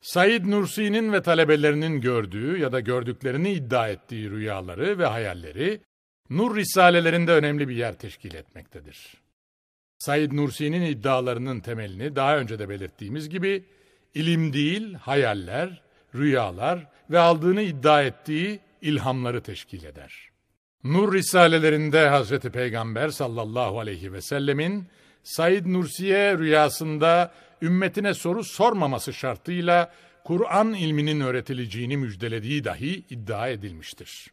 Said Nursi'nin ve talebelerinin gördüğü ya da gördüklerini iddia ettiği rüyaları ve hayalleri, Nur Risalelerinde önemli bir yer teşkil etmektedir. Said Nursi'nin iddialarının temelini daha önce de belirttiğimiz gibi, ilim değil, hayaller, rüyalar ve aldığını iddia ettiği ilhamları teşkil eder. Nur Risalelerinde Hazreti Peygamber sallallahu aleyhi ve sellemin Said Nursi'ye rüyasında ümmetine soru sormaması şartıyla Kur'an ilminin öğretileceğini müjdelediği dahi iddia edilmiştir.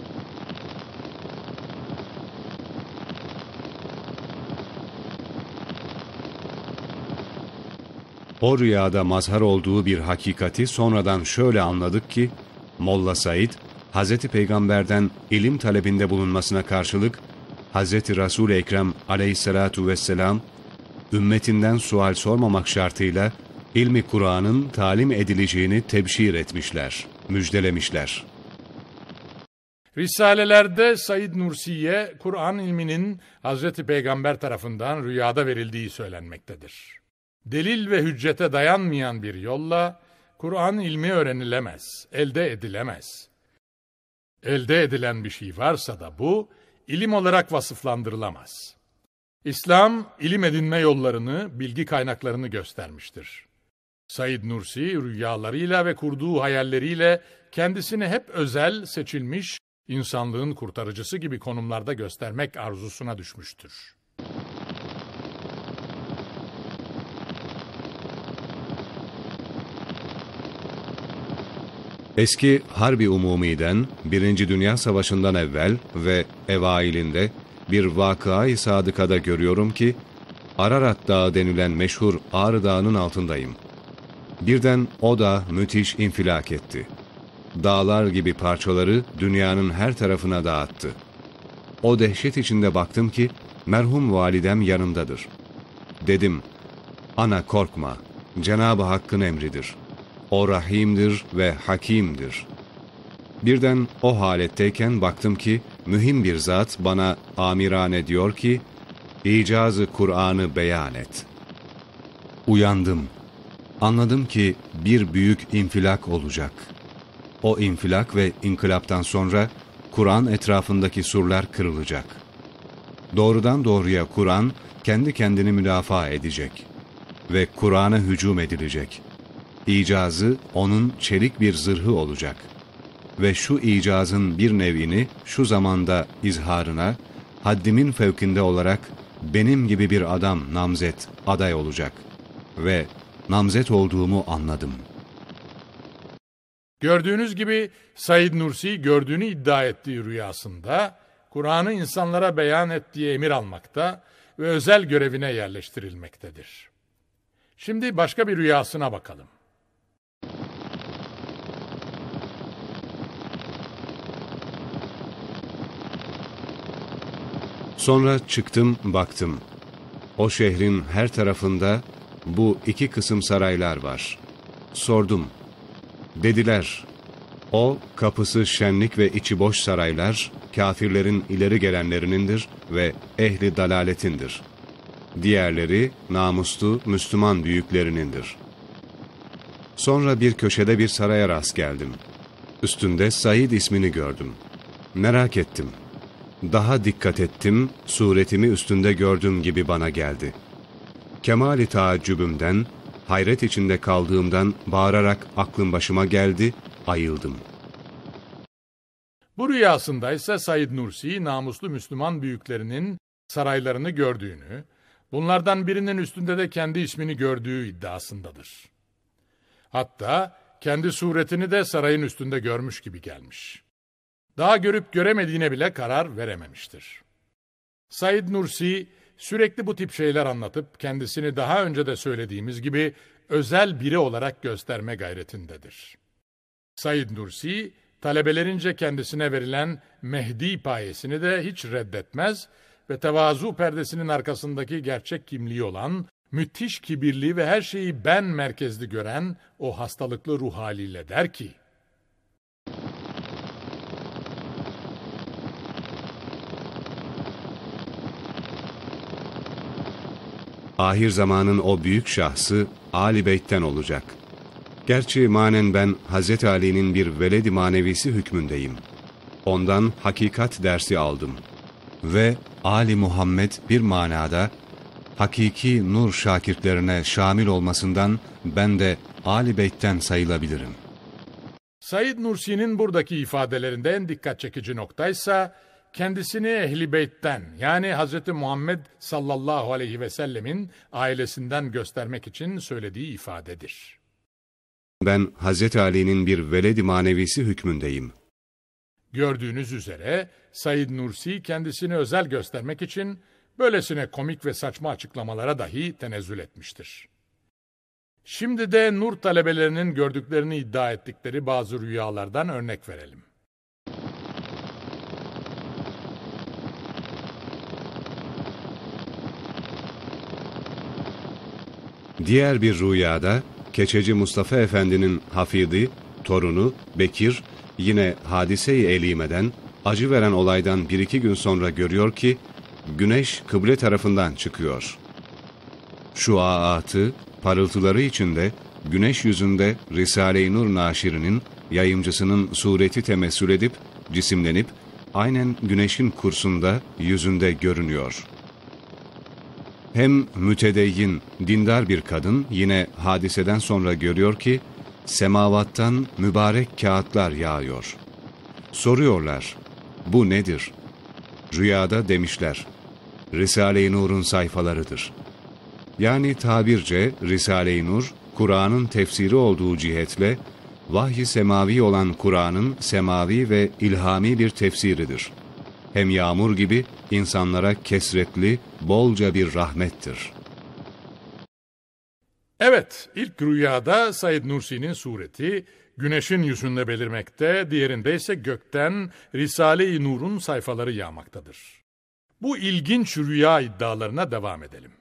O rüyada mazhar olduğu bir hakikati sonradan şöyle anladık ki, Molla Said, Hazreti Peygamber'den ilim talebinde bulunmasına karşılık, Hazreti Resul-i Ekrem aleyhissalatu vesselam, ümmetinden sual sormamak şartıyla, ilmi Kur'an'ın talim edileceğini tebşir etmişler, müjdelemişler. Risalelerde Said Nursi'ye Kur'an ilminin Hazreti Peygamber tarafından rüyada verildiği söylenmektedir. Delil ve hüccete dayanmayan bir yolla Kur'an ilmi öğrenilemez, elde edilemez. Elde edilen bir şey varsa da bu, ilim olarak vasıflandırılamaz. İslam, ilim edinme yollarını, bilgi kaynaklarını göstermiştir. Said Nursi, rüyalarıyla ve kurduğu hayalleriyle kendisini hep özel, seçilmiş, insanlığın kurtarıcısı gibi konumlarda göstermek arzusuna düşmüştür. Eski Harbi Umumi'den, 1. Dünya Savaşı'ndan evvel ve evailinde bir vakıa-i sadıkada görüyorum ki, Ararat Dağı denilen meşhur Ağrı Dağı'nın altındayım. Birden o dağ müthiş infilak etti. Dağlar gibi parçaları dünyanın her tarafına dağıttı. O dehşet içinde baktım ki, merhum validem yanımdadır. Dedim, ana korkma, Cenab-ı Hakk'ın emridir. O rahimdir ve hakimdir. Birden o haletteyken baktım ki, mühim bir zat bana amirane diyor ki, İcazı Kur'an'ı beyan et. Uyandım. Anladım ki bir büyük infilak olacak. O infilak ve inkılaptan sonra Kur'an etrafındaki surlar kırılacak. Doğrudan doğruya Kur'an kendi kendini müdafaa edecek ve Kur'an'a hücum edilecek. İcazı onun çelik bir zırhı olacak. Ve şu icazın bir nevini şu zamanda izharına, haddimin fevkinde olarak benim gibi bir adam namzet, aday olacak. Ve namzet olduğumu anladım. Gördüğünüz gibi Said Nursi gördüğünü iddia ettiği rüyasında Kur'an'ı insanlara beyan et diye emir almakta ve özel görevine yerleştirilmektedir. Şimdi başka bir rüyasına bakalım. Sonra çıktım, baktım. O şehrin her tarafında bu iki kısım saraylar var. Sordum. Dediler, o kapısı şenlik ve içi boş saraylar, kafirlerin ileri gelenlerinindir ve ehli dalaletindir. Diğerleri namuslu Müslüman büyüklerinindir. Sonra bir köşede bir saraya rast geldim. Üstünde Said ismini gördüm. Merak ettim. Daha dikkat ettim, suretimi üstünde gördüğüm gibi bana geldi. Kemali taaccübümden, hayret içinde kaldığımdan bağırarak aklım başıma geldi, ayıldım. Bu rüyasında ise Said Nursi, namuslu Müslüman büyüklerinin saraylarını gördüğünü, bunlardan birinin üstünde de kendi ismini gördüğü iddiasındadır. Hatta kendi suretini de sarayın üstünde görmüş gibi gelmiş. Daha görüp göremediğine bile karar verememiştir. Said Nursi sürekli bu tip şeyler anlatıp kendisini daha önce de söylediğimiz gibi özel biri olarak gösterme gayretindedir. Said Nursi talebelerince kendisine verilen Mehdi payesini de hiç reddetmez ve tevazu perdesinin arkasındaki gerçek kimliği olan müthiş kibirli ve her şeyi ben merkezli gören o hastalıklı ruh haliyle der ki, ahir zamanın o büyük şahsı Ali Beyt'ten olacak. Gerçi manen ben Hz. Ali'nin bir veledi manevisi hükmündeyim. Ondan hakikat dersi aldım. Ve Ali Muhammed bir manada hakiki nur şakirtlerine şamil olmasından ben de Ali Beyt'ten sayılabilirim. Said Nursi'nin buradaki ifadelerinde en dikkat çekici noktaysa kendisini Ehl-i Beyt'ten yani Hz. Muhammed sallallahu aleyhi ve sellemin ailesinden göstermek için söylediği ifadedir. Ben Hz. Ali'nin bir veledi manevisi hükmündeyim. Gördüğünüz üzere Said Nursi kendisini özel göstermek için böylesine komik ve saçma açıklamalara dahi tenezzül etmiştir. Şimdi de nur talebelerinin gördüklerini iddia ettikleri bazı rüyalardan örnek verelim. Diğer bir rüyada Keçeci Mustafa Efendi'nin hafidi, torunu Bekir yine hadise-i elimeden, acı veren olaydan 1-2 gün sonra görüyor ki güneş kıble tarafından çıkıyor. Şuaatı, parıltıları içinde güneş yüzünde Risale-i Nur naşirinin, yayımcısının sureti temessül edip, cisimlenip, aynen güneşin kursunda, yüzünde görünüyor. Hem mütedeyyin, dindar bir kadın yine hadiseden sonra görüyor ki, semavattan mübarek kağıtlar yağıyor. Soruyorlar, bu nedir? Rüyada demişler, Risale-i Nur'un sayfalarıdır. Yani tabirce Risale-i Nur, Kur'an'ın tefsiri olduğu cihetle, vahiy-i semavi olan Kur'an'ın semavi ve ilhami bir tefsiridir. Hem yağmur gibi insanlara kesretli, bolca bir rahmettir. Evet, ilk rüyada Said Nursi'nin sureti güneşin yüzünde belirmekte, diğerinde ise gökten Risale-i Nur'un sayfaları yağmaktadır. Bu ilginç rüya iddialarına devam edelim.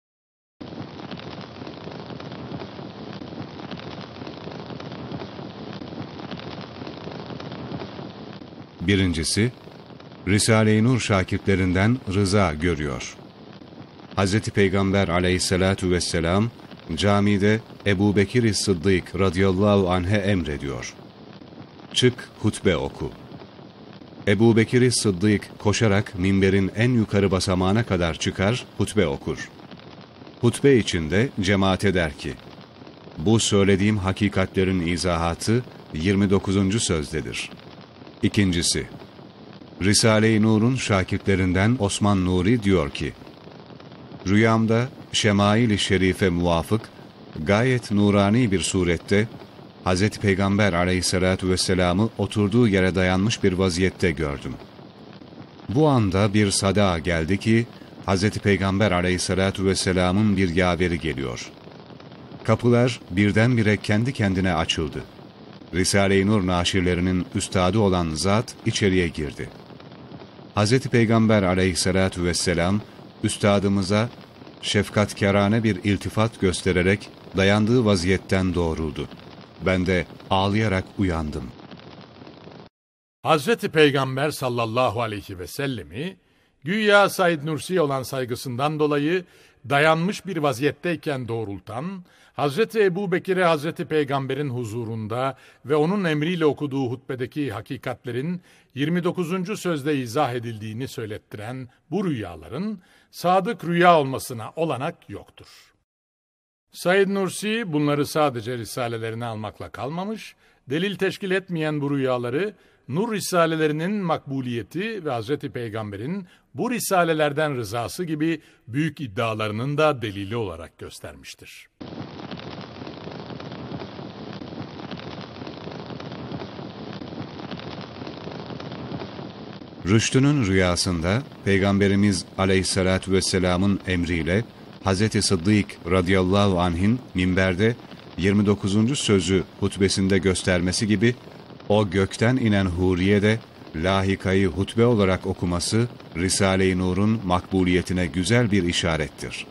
Birincisi, Risale-i Nur şakirtlerinden rıza görüyor. Hz. Peygamber aleyhissalatu vesselam camide Ebu Bekir-i Sıddık radıyallahu anh'e emrediyor. Çık hutbe oku. Ebu Bekir-i Sıddık koşarak minberin en yukarı basamağına kadar çıkar, hutbe okur. Hutbe içinde cemaate der ki, bu söylediğim hakikatlerin izahatı 29. sözdedir. İkincisi, Risale-i Nur'un şakirtlerinden Osman Nuri diyor ki, rüyamda Şemail-i Şerife muvafık, gayet nurani bir surette, Hz. Peygamber aleyhissalatu vesselam'ı oturduğu yere dayanmış bir vaziyette gördüm. Bu anda bir sada geldi ki, Hz. Peygamber aleyhissalatu vesselam'ın bir yaveri geliyor. Kapılar birdenbire kendi kendine açıldı. Risale-i Nur naşirlerinin üstadı olan zat içeriye girdi. Hz. Peygamber aleyhissalatu vesselam, üstadımıza şefkatkârane bir iltifat göstererek dayandığı vaziyetten doğruldu. Ben de ağlayarak uyandım. Hazreti Peygamber sallallahu aleyhi ve sellemi, güya Said Nursi'ye olan saygısından dolayı dayanmış bir vaziyetteyken doğrultan, Hazreti Ebu Bekir'e Hazreti Peygamber'in huzurunda ve onun emriyle okuduğu hutbedeki hakikatlerin 29. sözde izah edildiğini söylettiren bu rüyaların sadık rüya olmasına olanak yoktur. Said Nursi bunları sadece risalelerine almakla kalmamış, delil teşkil etmeyen bu rüyaları Nur risalelerinin makbuliyeti ve Hazreti Peygamber'in bu risalelerden rızası gibi büyük iddialarının da delili olarak göstermiştir. Rüştü'nün rüyasında Peygamberimiz aleyhissalatu vesselam'ın emriyle Hz. Sıddık radıyallahu anh'in minberde 29. sözü hutbesinde göstermesi gibi o gökten inen huriye de lahikayı hutbe olarak okuması Risale-i Nur'un makbuliyetine güzel bir işarettir.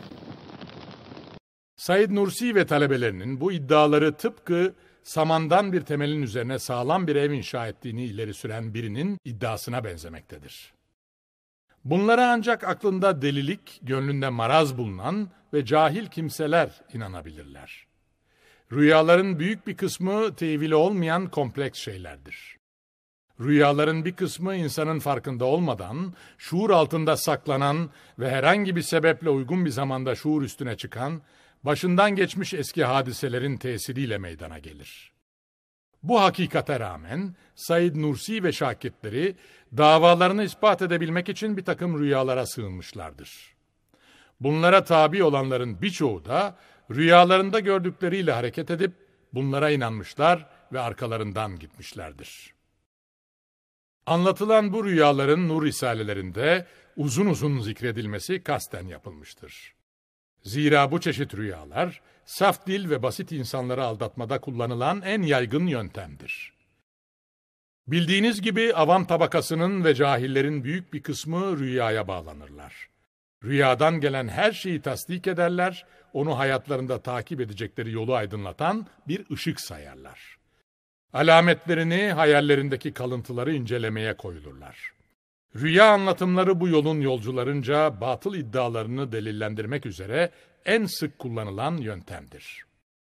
Said Nursi ve talebelerinin bu iddiaları tıpkı samandan bir temelin üzerine sağlam bir ev inşa ettiğini ileri süren birinin iddiasına benzemektedir. Bunlara ancak aklında delilik, gönlünde maraz bulunan ve cahil kimseler inanabilirler. Rüyaların büyük bir kısmı tevili olmayan kompleks şeylerdir. Rüyaların bir kısmı insanın farkında olmadan, şuur altında saklanan ve herhangi bir sebeple uygun bir zamanda şuur üstüne çıkan, başından geçmiş eski hadiselerin tesiriyle meydana gelir. Bu hakikate rağmen Said Nursi ve şakirtleri davalarını ispat edebilmek için bir takım rüyalara sığınmışlardır. Bunlara tabi olanların birçoğu da rüyalarında gördükleriyle hareket edip bunlara inanmışlar ve arkalarından gitmişlerdir. Anlatılan bu rüyaların nur risalelerinde uzun uzun zikredilmesi kasten yapılmıştır. Zira bu çeşit rüyalar, saf dil ve basit insanları aldatmada kullanılan en yaygın yöntemdir. Bildiğiniz gibi avam tabakasının ve cahillerin büyük bir kısmı rüyaya bağlanırlar. Rüyadan gelen her şeyi tasdik ederler, onu hayatlarında takip edecekleri yolu aydınlatan bir ışık sayarlar. Alametlerini, hayallerindeki kalıntıları incelemeye koyulurlar. Rüya anlatımları bu yolun yolcularınca batıl iddialarını delillendirmek üzere en sık kullanılan yöntemdir.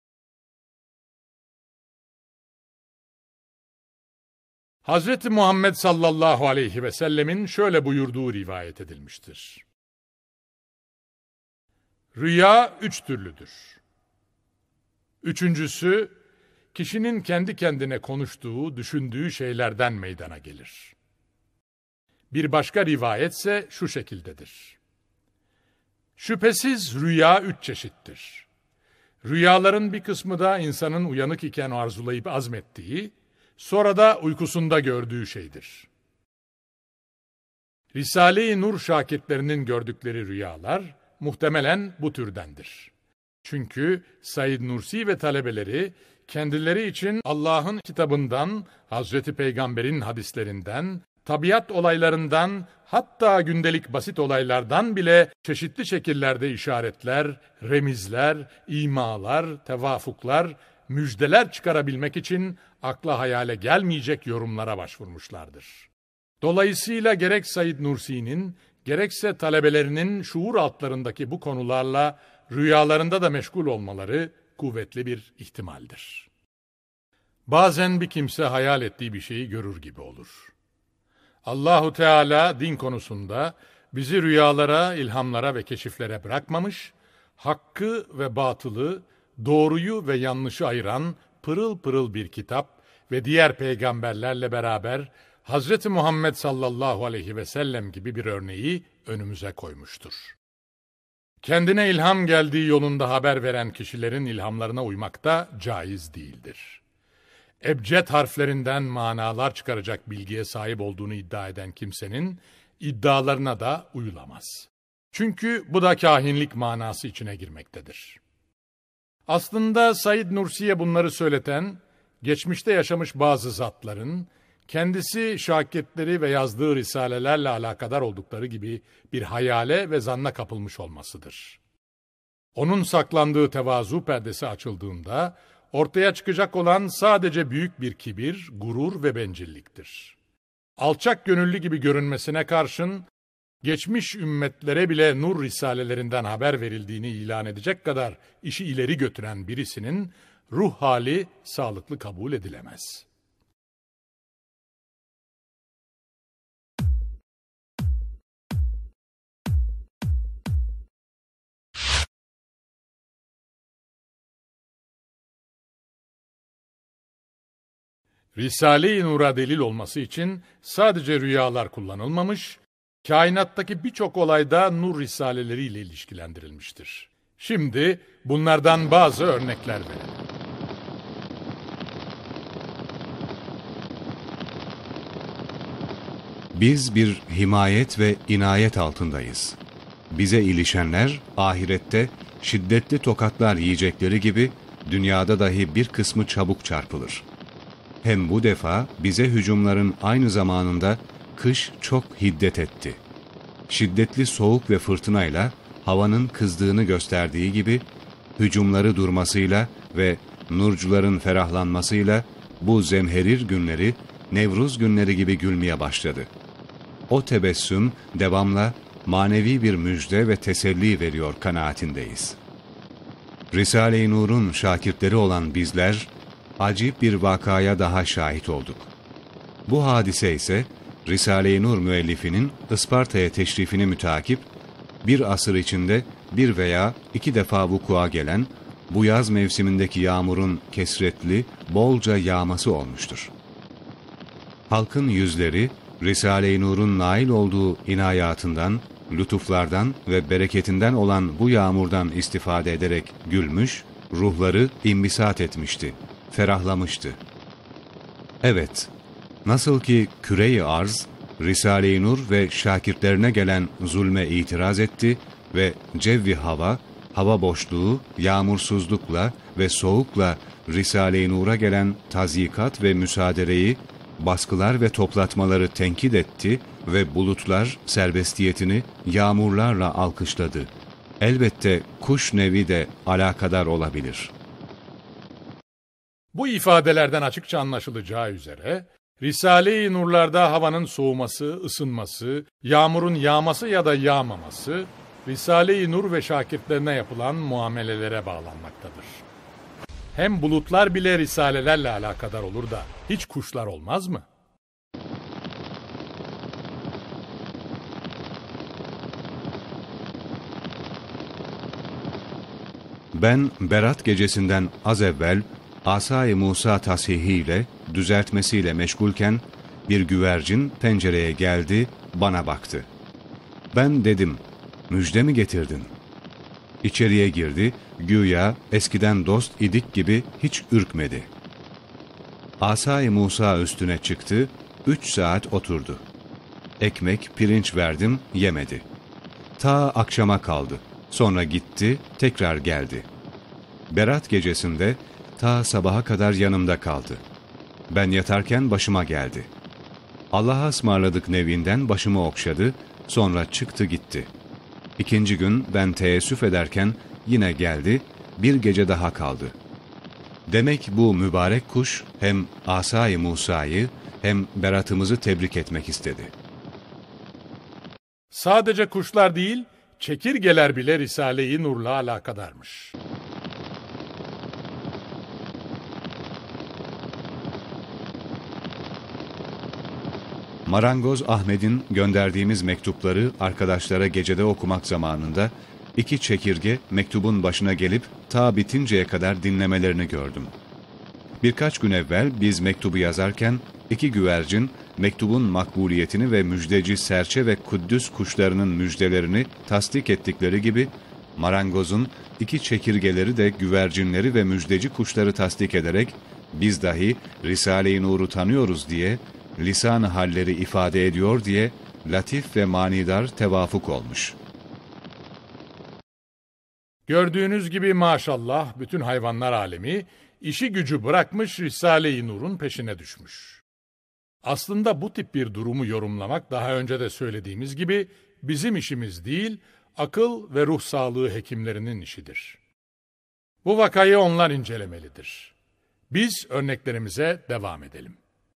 Hz. Muhammed sallallahu aleyhi ve sellemin şöyle buyurduğu rivayet edilmiştir. Rüya 3 türlüdür. Üçüncüsü, kişinin kendi kendine konuştuğu, düşündüğü şeylerden meydana gelir. Bir başka rivayetse şu şekildedir. Şüphesiz rüya 3 çeşittir. Rüyaların bir kısmı da insanın uyanık iken arzulayıp azmettiği, sonra da uykusunda gördüğü şeydir. Risale-i Nur şakirtlerinin gördükleri rüyalar muhtemelen bu türdendir. Çünkü Said Nursi ve talebeleri kendileri için Allah'ın kitabından, Hazreti Peygamber'in hadislerinden, tabiat olaylarından, hatta gündelik basit olaylardan bile çeşitli şekillerde işaretler, remizler, imalar, tevafuklar, müjdeler çıkarabilmek için akla hayale gelmeyecek yorumlara başvurmuşlardır. Dolayısıyla gerek Said Nursi'nin, gerekse talebelerinin şuur altlarındaki bu konularla rüyalarında da meşgul olmaları kuvvetli bir ihtimaldir. Bazen bir kimse hayal ettiği bir şeyi görür gibi olur. Allahu Teala din konusunda bizi rüyalara, ilhamlara ve keşiflere bırakmamış, hakkı ve batılı, doğruyu ve yanlışı ayıran pırıl pırıl bir kitap ve diğer peygamberlerle beraber Hz. Muhammed sallallahu aleyhi ve sellem gibi bir örneği önümüze koymuştur. Kendine ilham geldiği yolunda haber veren kişilerin ilhamlarına uymak da caiz değildir. Ebced harflerinden manalar çıkaracak bilgiye sahip olduğunu iddia eden kimsenin iddialarına da uyulamaz. Çünkü bu da kahinlik manası içine girmektedir. Aslında Said Nursi'ye bunları söyleten, geçmişte yaşamış bazı zatların, kendisi şakirtleri ve yazdığı risalelerle alakadar oldukları gibi bir hayale ve zanna kapılmış olmasıdır. Onun saklandığı tevazu perdesi açıldığında, ortaya çıkacak olan sadece büyük bir kibir, gurur ve bencilliktir. Alçak gönüllü gibi görünmesine karşın, geçmiş ümmetlere bile nur risalelerinden haber verildiğini ilan edecek kadar işi ileri götüren birisinin ruh hali sağlıklı kabul edilemez. Risale-i Nur'a delil olması için sadece rüyalar kullanılmamış, kainattaki birçok olayda nur risaleleriyle ilişkilendirilmiştir. Şimdi bunlardan bazı örnekler verelim. Biz bir himayet ve inayet altındayız. Bize ilişenler ahirette şiddetli tokatlar yiyecekleri gibi dünyada dahi bir kısmı çabuk çarpılır. Hem bu defa bize hücumların aynı zamanında kış çok hiddet etti. Şiddetli soğuk ve fırtınayla havanın kızdığını gösterdiği gibi hücumları durmasıyla ve nurcuların ferahlanmasıyla bu zemherir günleri Nevruz günleri gibi gülmeye başladı. O tebessüm devamla manevi bir müjde ve teselli veriyor kanaatindeyiz. Risale-i Nur'un şakirtleri olan bizler, acip bir vakaya daha şahit olduk. Bu hadise ise, Risale-i Nur müellifinin Isparta'ya teşrifini mütakip, bir asır içinde bir veya iki defa vukua gelen, bu yaz mevsimindeki yağmurun kesretli, bolca yağması olmuştur. Halkın yüzleri, Risale-i Nur'un nail olduğu inayatından, lütuflardan ve bereketinden olan bu yağmurdan istifade ederek gülmüş, ruhları imbisat etmişti, ferahlamıştı. Evet, nasıl ki küre-i arz, Risale-i Nur ve şakirtlerine gelen zulme itiraz etti ve cevvi hava boşluğu, yağmursuzlukla ve soğukla Risale-i Nur'a gelen tazyikat ve müsaadereyi, baskılar ve toplatmaları tenkit etti ve bulutlar serbestiyetini yağmurlarla alkışladı. Elbette kuş nevi de alakadar olabilir. Bu ifadelerden açıkça anlaşılacağı üzere, Risale-i Nur'larda havanın soğuması, ısınması, yağmurun yağması ya da yağmaması, Risale-i Nur ve şakirtlerine yapılan muamelelere bağlanmaktadır. Hem bulutlar bile risalelerle alakadar olur da hiç kuşlar olmaz mı? Ben Berat gecesinden az evvel Asa-i Musa tasihiyle, düzeltmesiyle meşgulken bir güvercin pencereye geldi, bana baktı. Ben dedim, müjde mi getirdin? İçeriye girdi, güya eskiden dost idik gibi hiç ürkmedi. Asa-i Musa üstüne çıktı, 3 saat oturdu. Ekmek, pirinç verdim, yemedi. Ta akşama kaldı. Sonra gitti, tekrar geldi. Berat gecesinde ta sabaha kadar yanımda kaldı. Ben yatarken başıma geldi. Allah'a ısmarladık nevinden başımı okşadı, sonra çıktı gitti. İkinci gün ben teessüf ederken yine geldi, bir gece daha kaldı. Demek bu mübarek kuş hem Asa-i Musa'yı hem Berat'ımızı tebrik etmek istedi. Sadece kuşlar değil, çekirgeler bile Risale-i Nur'la alakadarmış. Marangoz Ahmet'in gönderdiğimiz mektupları arkadaşlara gecede okumak zamanında 2 çekirge mektubun başına gelip ta bitinceye kadar dinlemelerini gördüm. Birkaç gün evvel biz mektubu yazarken 2 güvercin mektubun makbuliyetini ve müjdeci serçe ve kuddüs kuşlarının müjdelerini tasdik ettikleri gibi marangozun 2 çekirgeleri de güvercinleri ve müjdeci kuşları tasdik ederek biz dahi Risale-i Nur'u tanıyoruz diye, lisan-ı halleri ifade ediyor diye latif ve manidar tevafuk olmuş. Gördüğünüz gibi maşallah bütün hayvanlar alemi işi gücü bırakmış Risale-i Nur'un peşine düşmüş. Aslında bu tip bir durumu yorumlamak daha önce de söylediğimiz gibi bizim işimiz değil, akıl ve ruh sağlığı hekimlerinin işidir. Bu vakayı onlar incelemelidir. Biz örneklerimize devam edelim.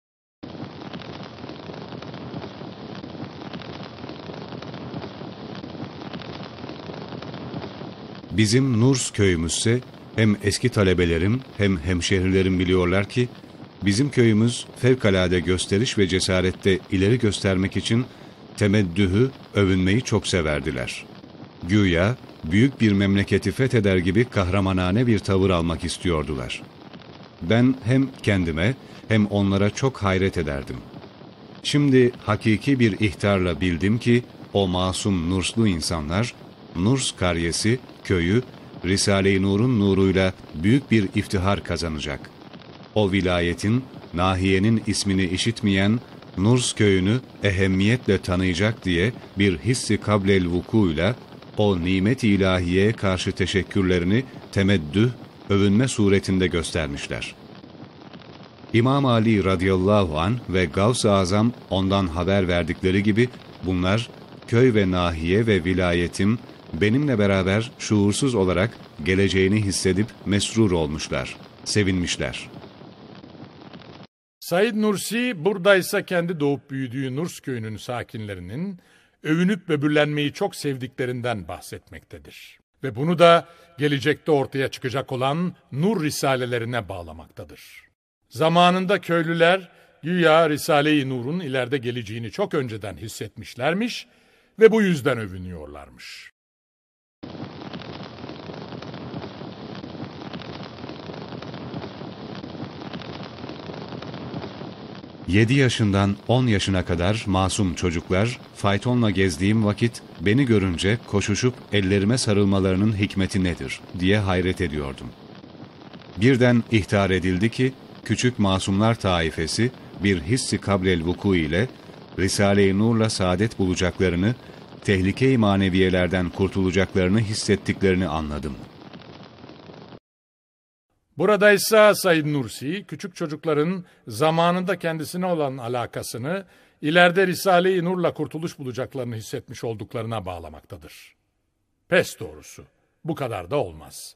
Bizim Nurs köyümüzse hem eski talebelerim hem hemşehrilerim biliyorlar ki bizim köyümüz fevkalade gösteriş ve cesarette ileri göstermek için temeddühü, övünmeyi çok severdiler. Güya büyük bir memleketi fetheder gibi kahramanane bir tavır almak istiyordular. Ben hem kendime hem onlara çok hayret ederdim. Şimdi hakiki bir ihtarla bildim ki o masum Nurslu insanlar, Nurs karyesi, köyü, Risale-i Nur'un nuruyla büyük bir iftihar kazanacak. O vilayetin, nahiyenin ismini işitmeyen Nurs köyünü ehemmiyetle tanıyacak diye bir hissi kablel vukuyla o nimet-i ilahiyeye karşı teşekkürlerini temeddüh, övünme suretinde göstermişler. İmam Ali radıyallahu anh ve Gavs-ı Azam ondan haber verdikleri gibi bunlar köy ve nahiye ve vilayetim benimle beraber şuursuz olarak geleceğini hissedip mesrur olmuşlar, sevinmişler. Said Nursi buradaysa kendi doğup büyüdüğü Nurs köyünün sakinlerinin övünüp böbürlenmeyi çok sevdiklerinden bahsetmektedir. ve bunu da gelecekte ortaya çıkacak olan nur risalelerine bağlamaktadır. Zamanında köylüler güya Risale-i Nur'un ileride geleceğini çok önceden hissetmişlermiş ve bu yüzden övünüyorlarmış. Yedi yaşından 10 yaşına kadar masum çocuklar, faytonla gezdiğim vakit beni görünce koşuşup ellerime sarılmalarının hikmeti nedir diye hayret ediyordum. Birden ihtar edildi ki, küçük masumlar taifesi bir hissi kablel vuku ile Risale-i Nur'la saadet bulacaklarını, tehlike-i maneviyelerden kurtulacaklarını hissettiklerini anladım. Burada ise Said Nursi, küçük çocukların zamanında kendisine olan alakasını, ileride Risale-i Nur'la kurtuluş bulacaklarını hissetmiş olduklarına bağlamaktadır. Pes doğrusu, bu kadar da olmaz.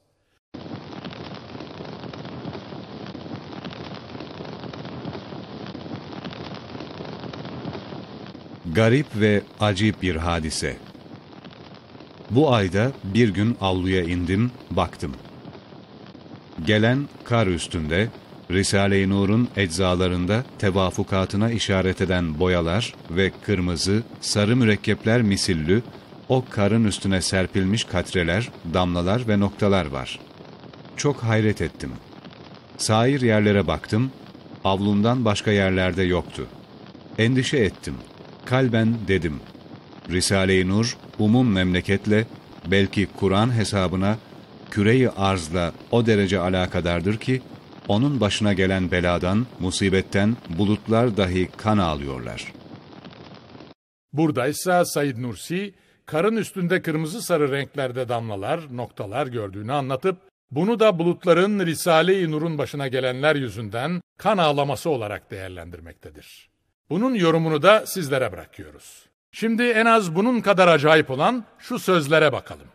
Garip ve acip bir hadise. Bu ayda bir gün avluya indim, baktım. Gelen kar üstünde, Risale-i Nur'un eczalarında tevafukatına işaret eden boyalar ve kırmızı, sarı mürekkepler misillü, o karın üstüne serpilmiş katreler, damlalar ve noktalar var. Çok hayret ettim. Sair yerlere baktım, avlumdan başka yerlerde yoktu. Endişe ettim. Kalben dedim, Risale-i Nur, umum memleketle, belki Kur'an hesabına, küre-i arzla o derece alakadardır ki, onun başına gelen beladan, musibetten bulutlar dahi kan ağlıyorlar. Buradaysa Said Nursi, karın üstünde kırmızı sarı renklerde damlalar, noktalar gördüğünü anlatıp, bunu da bulutların Risale-i Nur'un başına gelenler yüzünden kan ağlaması olarak değerlendirmektedir. Bunun yorumunu da sizlere bırakıyoruz. Şimdi en az bunun kadar acayip olan şu sözlere bakalım.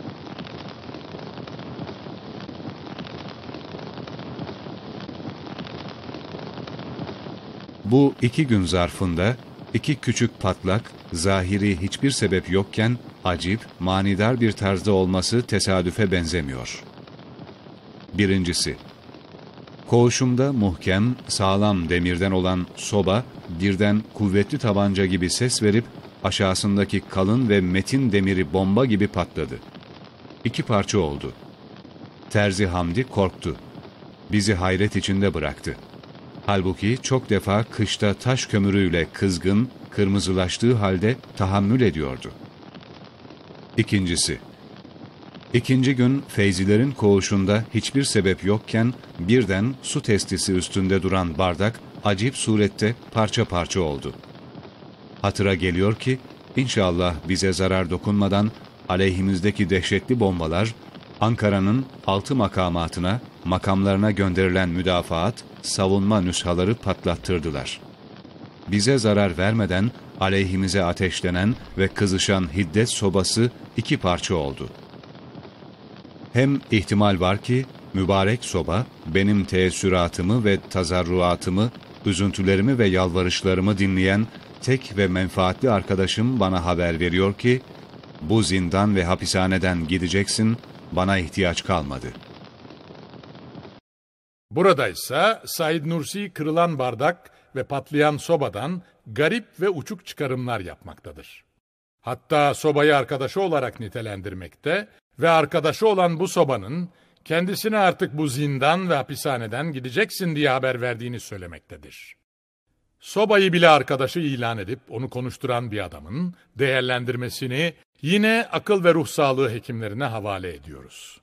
Bu 2 gün zarfında 2 küçük patlak, zahiri hiçbir sebep yokken acip, manidar bir tarzda olması tesadüfe benzemiyor. Birincisi, koğuşumda muhkem, sağlam demirden olan soba, birden kuvvetli tabanca gibi ses verip, aşağısındaki kalın ve metin demiri bomba gibi patladı. 2 parça oldu. Terzi Hamdi korktu. Bizi hayret içinde bıraktı. Halbuki çok defa kışta taş kömürüyle kızgın, kırmızılaştığı halde tahammül ediyordu. İkincisi, 2. gün Feyzilerin koğuşunda hiçbir sebep yokken birden su testisi üstünde duran bardak acip surette parça parça oldu. Hatıra geliyor ki inşallah bize zarar dokunmadan aleyhimizdeki dehşetli bombalar Ankara'nın 6 makamatına, makamlarına gönderilen müdafaat, savunma nüshaları patlattırdılar. Bize zarar vermeden aleyhimize ateşlenen ve kızışan hiddet sobası 2 parça oldu. Hem ihtimal var ki mübarek soba benim teessüratımı ve tazarruatımı, üzüntülerimi ve yalvarışlarımı dinleyen tek ve menfaatli arkadaşım bana haber veriyor ki bu zindan ve hapishaneden gideceksin, bana ihtiyaç kalmadı. Buradaysa Said Nursi kırılan bardak ve patlayan sobadan garip ve uçuk çıkarımlar yapmaktadır. Hatta sobayı arkadaşı olarak nitelendirmekte ve arkadaşı olan bu sobanın kendisine artık bu zindan ve hapishaneden gideceksin diye haber verdiğini söylemektedir. Sobayı bile arkadaşı ilan edip onu konuşturan bir adamın değerlendirmesini yine akıl ve ruh sağlığı hekimlerine havale ediyoruz.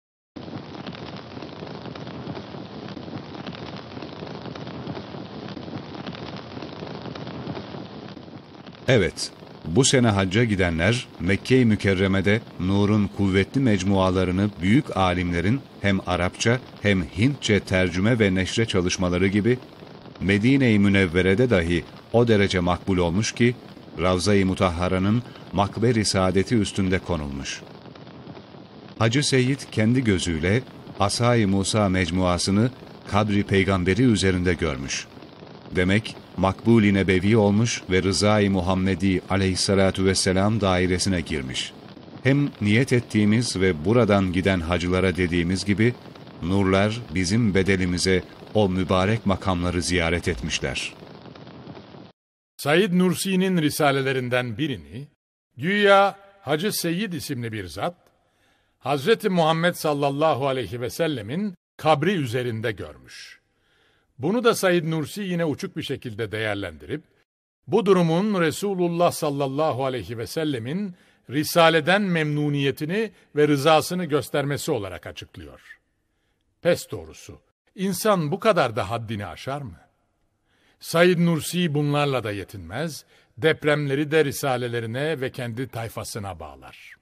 Evet, bu sene hacca gidenler Mekke-i Mükerreme'de Nur'un kuvvetli mecmualarını büyük alimlerin hem Arapça hem Hintçe tercüme ve neşre çalışmaları gibi Medine-i Münevvere'de dahi o derece makbul olmuş ki Ravza-i Mutahhara'nın makber-i saadeti üstünde konulmuş. Hacı Seyyid kendi gözüyle Asa-i Musa mecmuasını kabri peygamberi üzerinde görmüş. Demek makbul-i nebevi olmuş ve rıza-i Muhammedi aleyhissalatu vesselam dairesine girmiş. Hem niyet ettiğimiz ve buradan giden hacılara dediğimiz gibi, nurlar bizim bedelimize o mübarek makamları ziyaret etmişler. Said Nursi'nin risalelerinden birini, güya Hacı Seyyid isimli bir zat, Hazreti Muhammed sallallahu aleyhi ve sellemin kabri üzerinde görmüş. Bunu da Said Nursi yine uçuk bir şekilde değerlendirip, bu durumun Resulullah sallallahu aleyhi ve sellemin risaleden memnuniyetini ve rızasını göstermesi olarak açıklıyor. Pes doğrusu, insan bu kadar da haddini aşar mı? Said Nursi bunlarla da yetinmez, depremleri de risalelerine ve kendi tayfasına bağlar.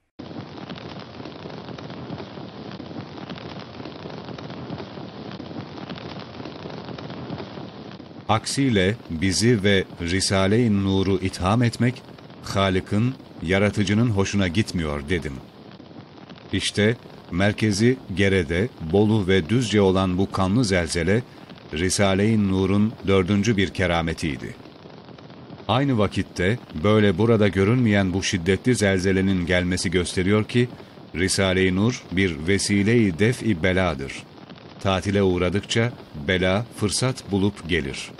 Aksiyle bizi ve Risale-i Nur'u itham etmek, Halık'ın, Yaratıcının hoşuna gitmiyor dedim. İşte merkezi Gere'de, Bolu ve Düzce olan bu kanlı zelzele, Risale-i Nur'un 4. bir kerametiydi. Aynı vakitte böyle burada görünmeyen bu şiddetli zelzelenin gelmesi gösteriyor ki, Risale-i Nur bir vesile-i def-i beladır. Tatile uğradıkça bela fırsat bulup gelir.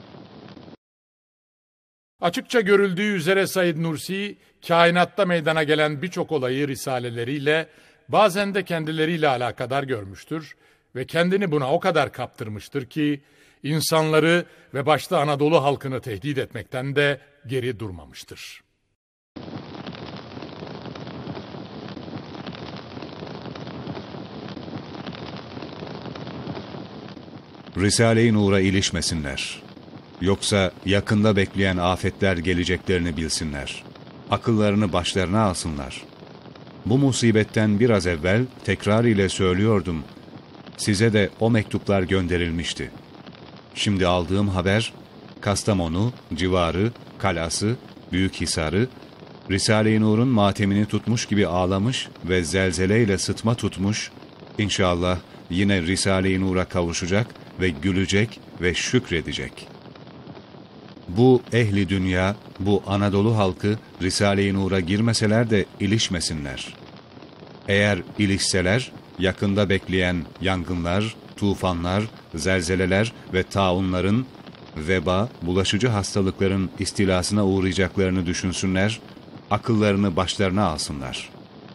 Açıkça görüldüğü üzere Said Nursi, kainatta meydana gelen birçok olayı risaleleriyle, bazen de kendileriyle alakadar görmüştür ve kendini buna o kadar kaptırmıştır ki, insanları ve başta Anadolu halkını tehdit etmekten de geri durmamıştır. Risale-i Nur'a ilişmesinler. Yoksa yakında bekleyen afetler geleceklerini bilsinler. Akıllarını başlarına alsınlar. Bu musibetten biraz evvel tekrar ile söylüyordum. Size de o mektuplar gönderilmişti. Şimdi aldığım haber, Kastamonu, civarı, Kalası, Büyükhisarı, Risale-i Nur'un matemini tutmuş gibi ağlamış ve zelzeleyle sıtma tutmuş, İnşallah yine Risale-i Nur'a kavuşacak ve gülecek ve şükredecek. Bu ehli dünya, bu Anadolu halkı Risale-i Nur'a girmeseler de ilişmesinler. Eğer ilişseler, yakında bekleyen yangınlar, tufanlar, zelzeleler ve taunların, veba, bulaşıcı hastalıkların istilasına uğrayacaklarını düşünsünler, akıllarını başlarına alsınlar.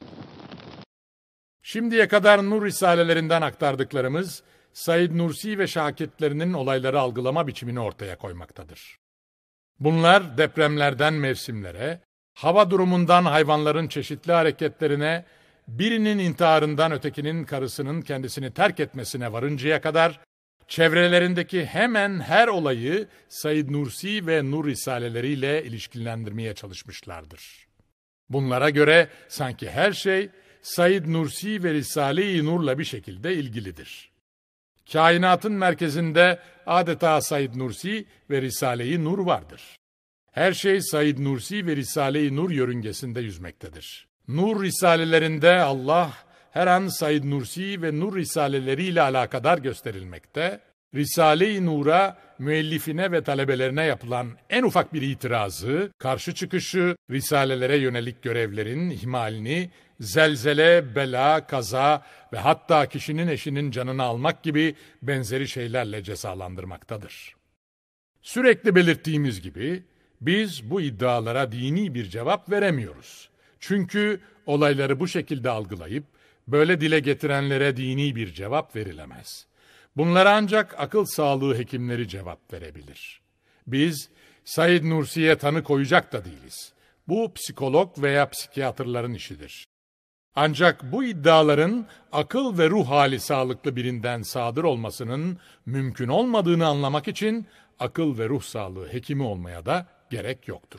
Şimdiye kadar Nur risalelerinden aktardıklarımız, Said Nursi ve şakirtlerinin olayları algılama biçimini ortaya koymaktadır. Bunlar depremlerden mevsimlere, hava durumundan hayvanların çeşitli hareketlerine, birinin intiharından ötekinin karısının kendisini terk etmesine varıncaya kadar, çevrelerindeki hemen her olayı Said Nursi ve Nur risaleleriyle ilişkilendirmeye çalışmışlardır. Bunlara göre sanki her şey Said Nursi ve Risale-i Nur'la bir şekilde ilgilidir. Kainatın merkezinde adeta Said Nursi ve Risale-i Nur vardır. Her şey Said Nursi ve Risale-i Nur yörüngesinde yüzmektedir. Nur risalelerinde Allah her an Said Nursi ve Nur risaleleriyle alakadar gösterilmekte, Risale-i Nur'a, müellifine ve talebelerine yapılan en ufak bir itirazı, karşı çıkışı, risalelere yönelik görevlerin ihmalini, zelzele, bela, kaza ve hatta kişinin eşinin canını almak gibi benzeri şeylerle cezalandırmaktadır. Sürekli belirttiğimiz gibi, biz bu iddialara dini bir cevap veremiyoruz. Çünkü olayları bu şekilde algılayıp, böyle dile getirenlere dini bir cevap verilemez. Bunlara ancak akıl sağlığı hekimleri cevap verebilir. Biz, Said Nursi'ye tanı koyacak da değiliz. Bu psikolog veya psikiyatrların işidir. Ancak bu iddiaların akıl ve ruh hali sağlıklı birinden sadır olmasının mümkün olmadığını anlamak için akıl ve ruh sağlığı hekimi olmaya da gerek yoktur.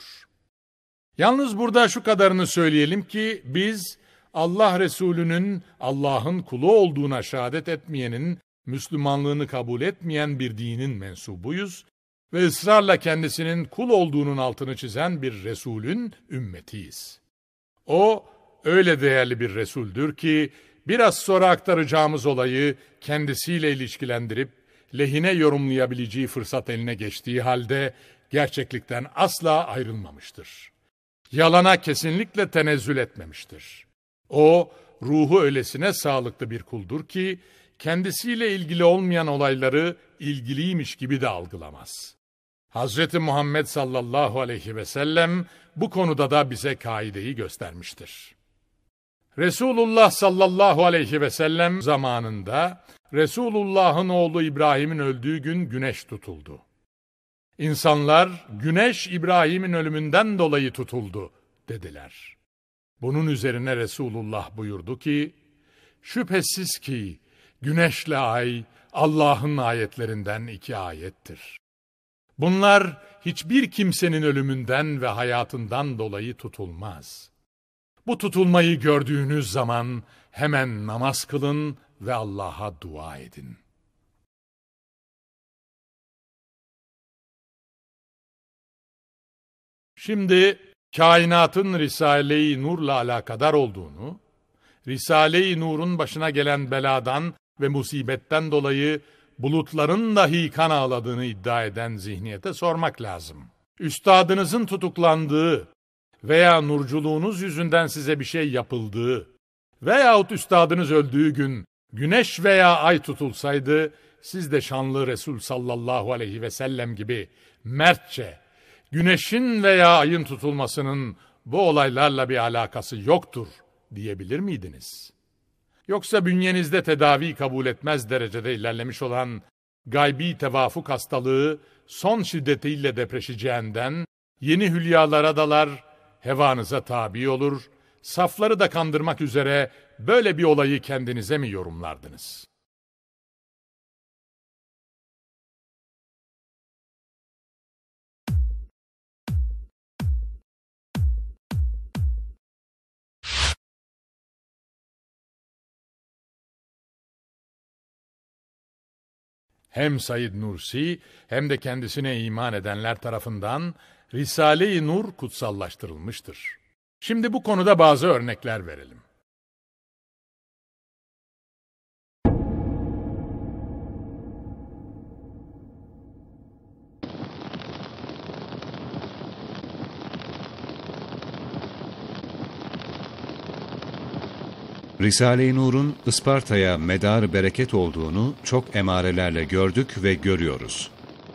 Yalnız burada şu kadarını söyleyelim ki biz Allah Resulü'nün Allah'ın kulu olduğuna şehadet etmeyenin, Müslümanlığını kabul etmeyen bir dinin mensubuyuz ve ısrarla kendisinin kul olduğunun altını çizen bir Resulün ümmetiyiz. O öyle değerli bir Resuldür ki biraz sonra aktaracağımız olayı kendisiyle ilişkilendirip lehine yorumlayabileceği fırsat eline geçtiği halde gerçeklikten asla ayrılmamıştır. Yalana kesinlikle tenezzül etmemiştir. O, ruhu öylesine sağlıklı bir kuldur ki, kendisiyle ilgili olmayan olayları ilgiliymiş gibi de algılamaz. Hazreti Muhammed sallallahu aleyhi ve sellem bu konuda da bize kaideyi göstermiştir. Resulullah sallallahu aleyhi ve sellem zamanında Resulullah'ın oğlu İbrahim'in öldüğü gün güneş tutuldu. İnsanlar, güneş İbrahim'in ölümünden dolayı tutuldu dediler. Bunun üzerine Resulullah buyurdu ki, şüphesiz ki güneşle ay Allah'ın ayetlerinden 2 ayettir. Bunlar hiçbir kimsenin ölümünden ve hayatından dolayı tutulmaz. Bu tutulmayı gördüğünüz zaman hemen namaz kılın ve Allah'a dua edin. Şimdi kainatın Risale-i Nur'la alakadar olduğunu, Risale-i Nur'un başına gelen beladan ve musibetten dolayı bulutların dahi kan ağladığını iddia eden zihniyete sormak lazım. Üstadınızın tutuklandığı veya nurculuğunuz yüzünden size bir şey yapıldığı veyahut üstadınız öldüğü gün güneş veya ay tutulsaydı, siz de şanlı Resul sallallahu aleyhi ve sellem gibi mertçe, güneşin veya ayın tutulmasının bu olaylarla bir alakası yoktur diyebilir miydiniz? Yoksa bünyenizde tedavi kabul etmez derecede ilerlemiş olan gaybi tevafuk hastalığı son şiddetiyle depreşeceğinden yeni hülyalara dalar, hevanıza tabi olur, safları da kandırmak üzere böyle bir olayı kendinize mi yorumlardınız? Hem Said Nursi hem de kendisine iman edenler tarafından Risale-i Nur kutsallaştırılmıştır. Şimdi bu konuda bazı örnekler verelim. Risale-i Nur'un Isparta'ya medar bereket olduğunu çok emarelerle gördük ve görüyoruz.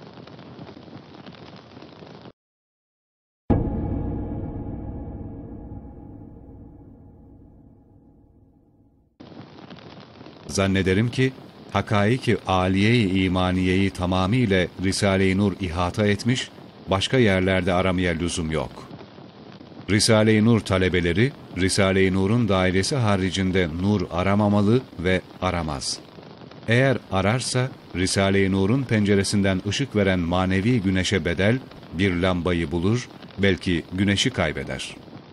Zannederim ki, hakaiki âliye-i imaniyeyi tamamiyle Risale-i Nur ihata etmiş, başka yerlerde aramaya lüzum yok. Risale-i Nur talebeleri, Risale-i Nur'un dairesi haricinde nur aramamalı ve aramaz. Eğer ararsa, Risale-i Nur'un penceresinden ışık veren manevi güneşe bedel bir lambayı bulur, belki güneşi kaybeder.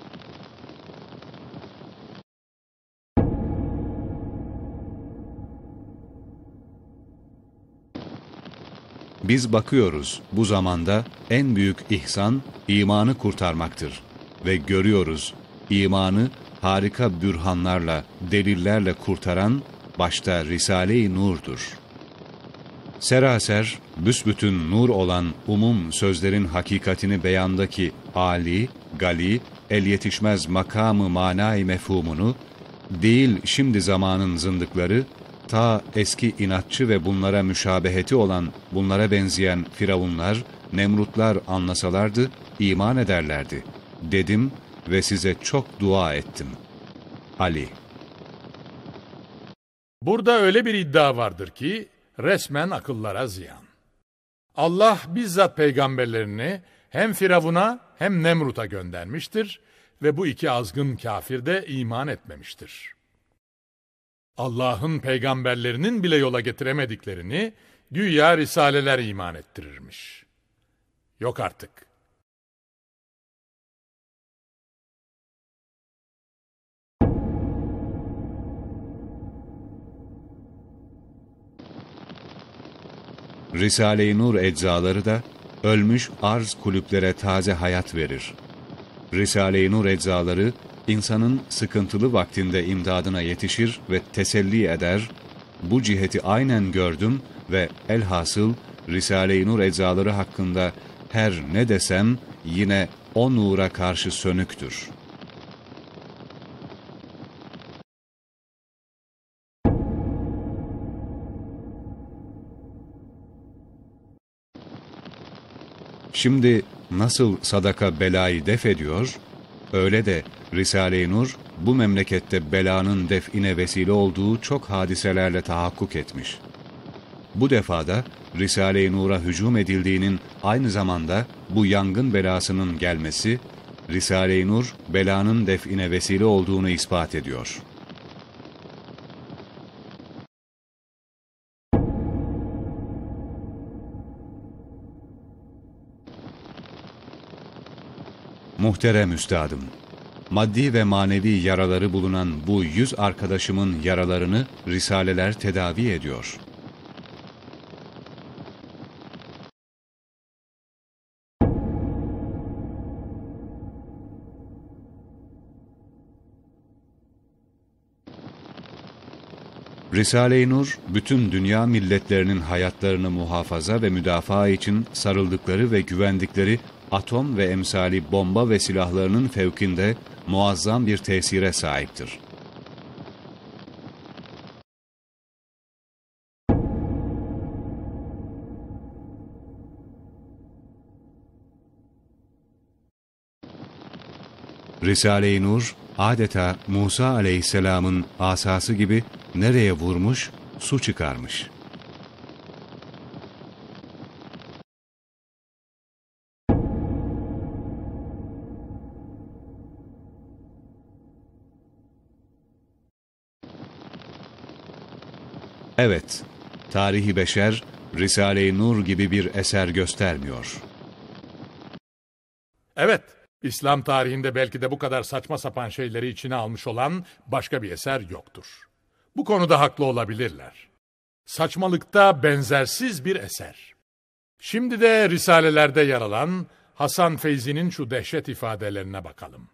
Biz bakıyoruz, bu zamanda en büyük ihsan, imanı kurtarmaktır. Ve görüyoruz, imanı harika bürhanlarla, delillerle kurtaran başta Risale-i Nur'dur. Seraser, büsbütün nur olan umum sözlerin hakikatini beyandaki âli, gali, el yetişmez makamı manay mefhumunu, değil şimdi zamanın zındıkları, ta eski inatçı ve bunlara müşabeheti olan, bunlara benzeyen firavunlar, nemrutlar anlasalardı, iman ederlerdi. Dedim ve size çok dua ettim. Ali. Burada öyle bir iddia vardır ki resmen akıllara ziyan. Allah bizzat peygamberlerini hem Firavun'a hem Nemrut'a göndermiştir ve bu 2 azgın kafir de iman etmemiştir. Allah'ın peygamberlerinin bile yola getiremediklerini güya risaleler iman ettirirmiş. Yok artık. Risale-i Nur eczaları da ölmüş arz kulüplere taze hayat verir. Risale-i Nur eczaları insanın sıkıntılı vaktinde imdadına yetişir ve teselli eder. Bu ciheti aynen gördüm ve elhasıl Risale-i Nur eczaları hakkında her ne desem yine o nura karşı sönüktür. Şimdi nasıl sadaka belayı def ediyor, öyle de Risale-i Nur bu memlekette belanın def'ine vesile olduğu çok hadiselerle tahakkuk etmiş. Bu defada Risale-i Nur'a hücum edildiğinin aynı zamanda bu yangın belasının gelmesi, Risale-i Nur belanın def'ine vesile olduğunu ispat ediyor. Muhterem üstadım, maddi ve manevi yaraları bulunan bu 100 arkadaşımın yaralarını risaleler tedavi ediyor. Risale-i Nur, bütün dünya milletlerinin hayatlarını muhafaza ve müdafaa için sarıldıkları ve güvendikleri atom ve emsali bomba ve silahlarının fevkinde muazzam bir tesire sahiptir. Risale-i Nur, adeta Musa aleyhisselamın asası gibi nereye vurmuş, su çıkarmış. Evet, tarihi beşer, Risale-i Nur gibi bir eser göstermiyor. Evet, İslam tarihinde belki de bu kadar saçma sapan şeyleri içine almış olan başka bir eser yoktur. Bu konuda haklı olabilirler. Saçmalıkta benzersiz bir eser. Şimdi de risalelerde yer alan Hasan Feyzi'nin şu dehşet ifadelerine bakalım.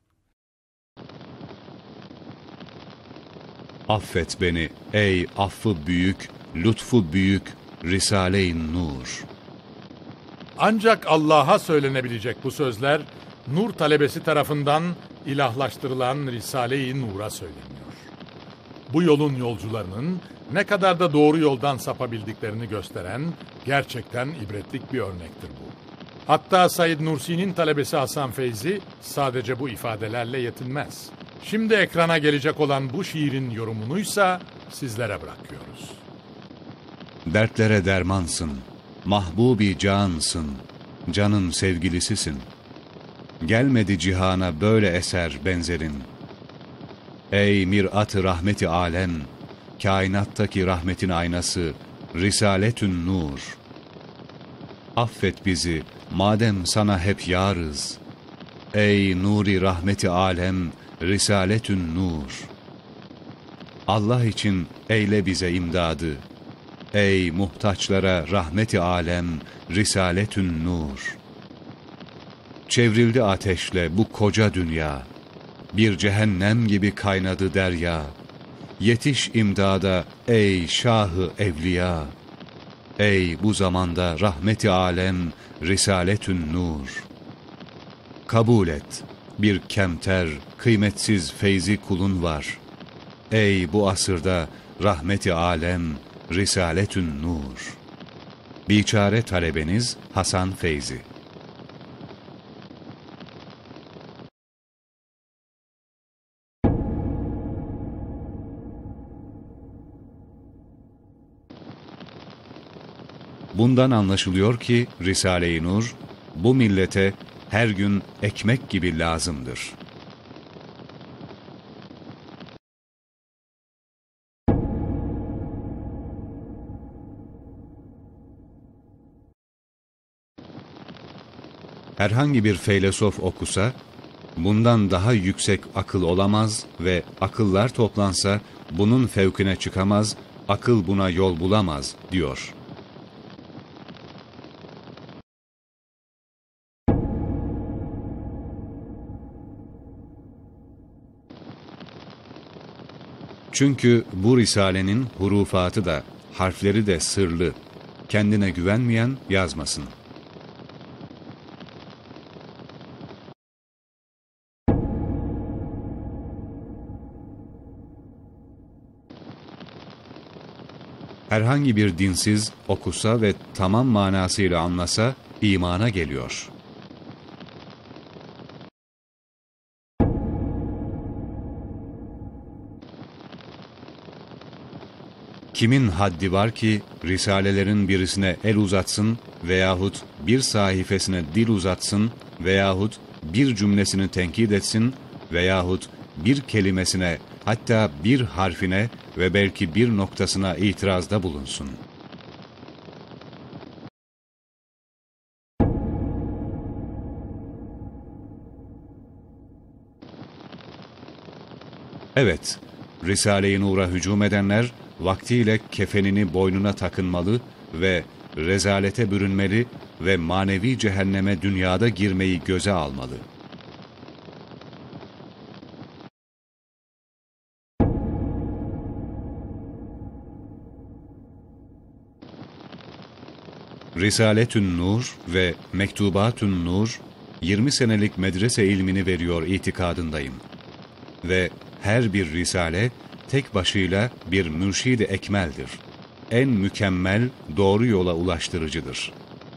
Affet beni ey affı büyük, lütfu büyük Risale-i Nur. Ancak Allah'a söylenebilecek bu sözler, Nur talebesi tarafından ilahlaştırılan Risale-i Nur'a söyleniyor. Bu yolun yolcularının ne kadar da doğru yoldan sapabildiklerini gösteren gerçekten ibretlik bir örnektir bu. Hatta Said Nursi'nin talebesi Hasan Feyzi sadece bu ifadelerle yetinmez. Şimdi ekrana gelecek olan bu şiirin yorumunuysa sizlere bırakıyoruz. Dertlere dermansın, mahbubi cansın, canın sevgilisisin. Gelmedi cihana böyle eser benzerin. Ey mirat-ı rahmeti alem, kainattaki rahmetin aynası, Risaletün Nur. Affet bizi, madem sana hep yarız. Ey nuri rahmeti alem, Risaletün Nur. Allah için eyle bize imdadı. Ey muhtaçlara rahmeti alem, Risaletün Nur. Çevrildi ateşle bu koca dünya. Bir cehennem gibi kaynadı derya. Yetiş imdada ey şahı evliya. Ey bu zamanda rahmeti alem, Risaletün Nur. Kabul et, bir kemter, kıymetsiz feyzi kulun var. Ey bu asırda rahmeti alem, Risaletün Nur. Biçare talebeniz Hasan Feyzi. Bundan anlaşılıyor ki Risale-i Nur, bu millete her gün ekmek gibi lazımdır. Herhangi bir feylesof okusa, bundan daha yüksek akıl olamaz ve akıllar toplansa bunun fevkine çıkamaz, akıl buna yol bulamaz diyor. Çünkü bu risalenin hurufatı da, harfleri de sırlı. Kendine güvenmeyen yazmasın. Herhangi bir dinsiz okusa ve tamam manasıyla anlasa, imana geliyor. Kimin haddi var ki risalelerin birisine el uzatsın veyahut bir sayfasına dil uzatsın veyahut bir cümlesini tenkit etsin veyahut bir kelimesine, hatta bir harfine ve belki bir noktasına itirazda bulunsun. Evet, Risale-i Nur'a hücum edenler, vaktiyle kefenini boynuna takınmalı ve rezalete bürünmeli ve manevi cehenneme dünyada girmeyi göze almalı. Risaletün Nur ve Mektubatün Nur, 20 senelik medrese ilmini veriyor itikadındayım. Ve her bir risale, tek başıyla bir mürşid-i ekmeldir. En mükemmel, doğru yola ulaştırıcıdır.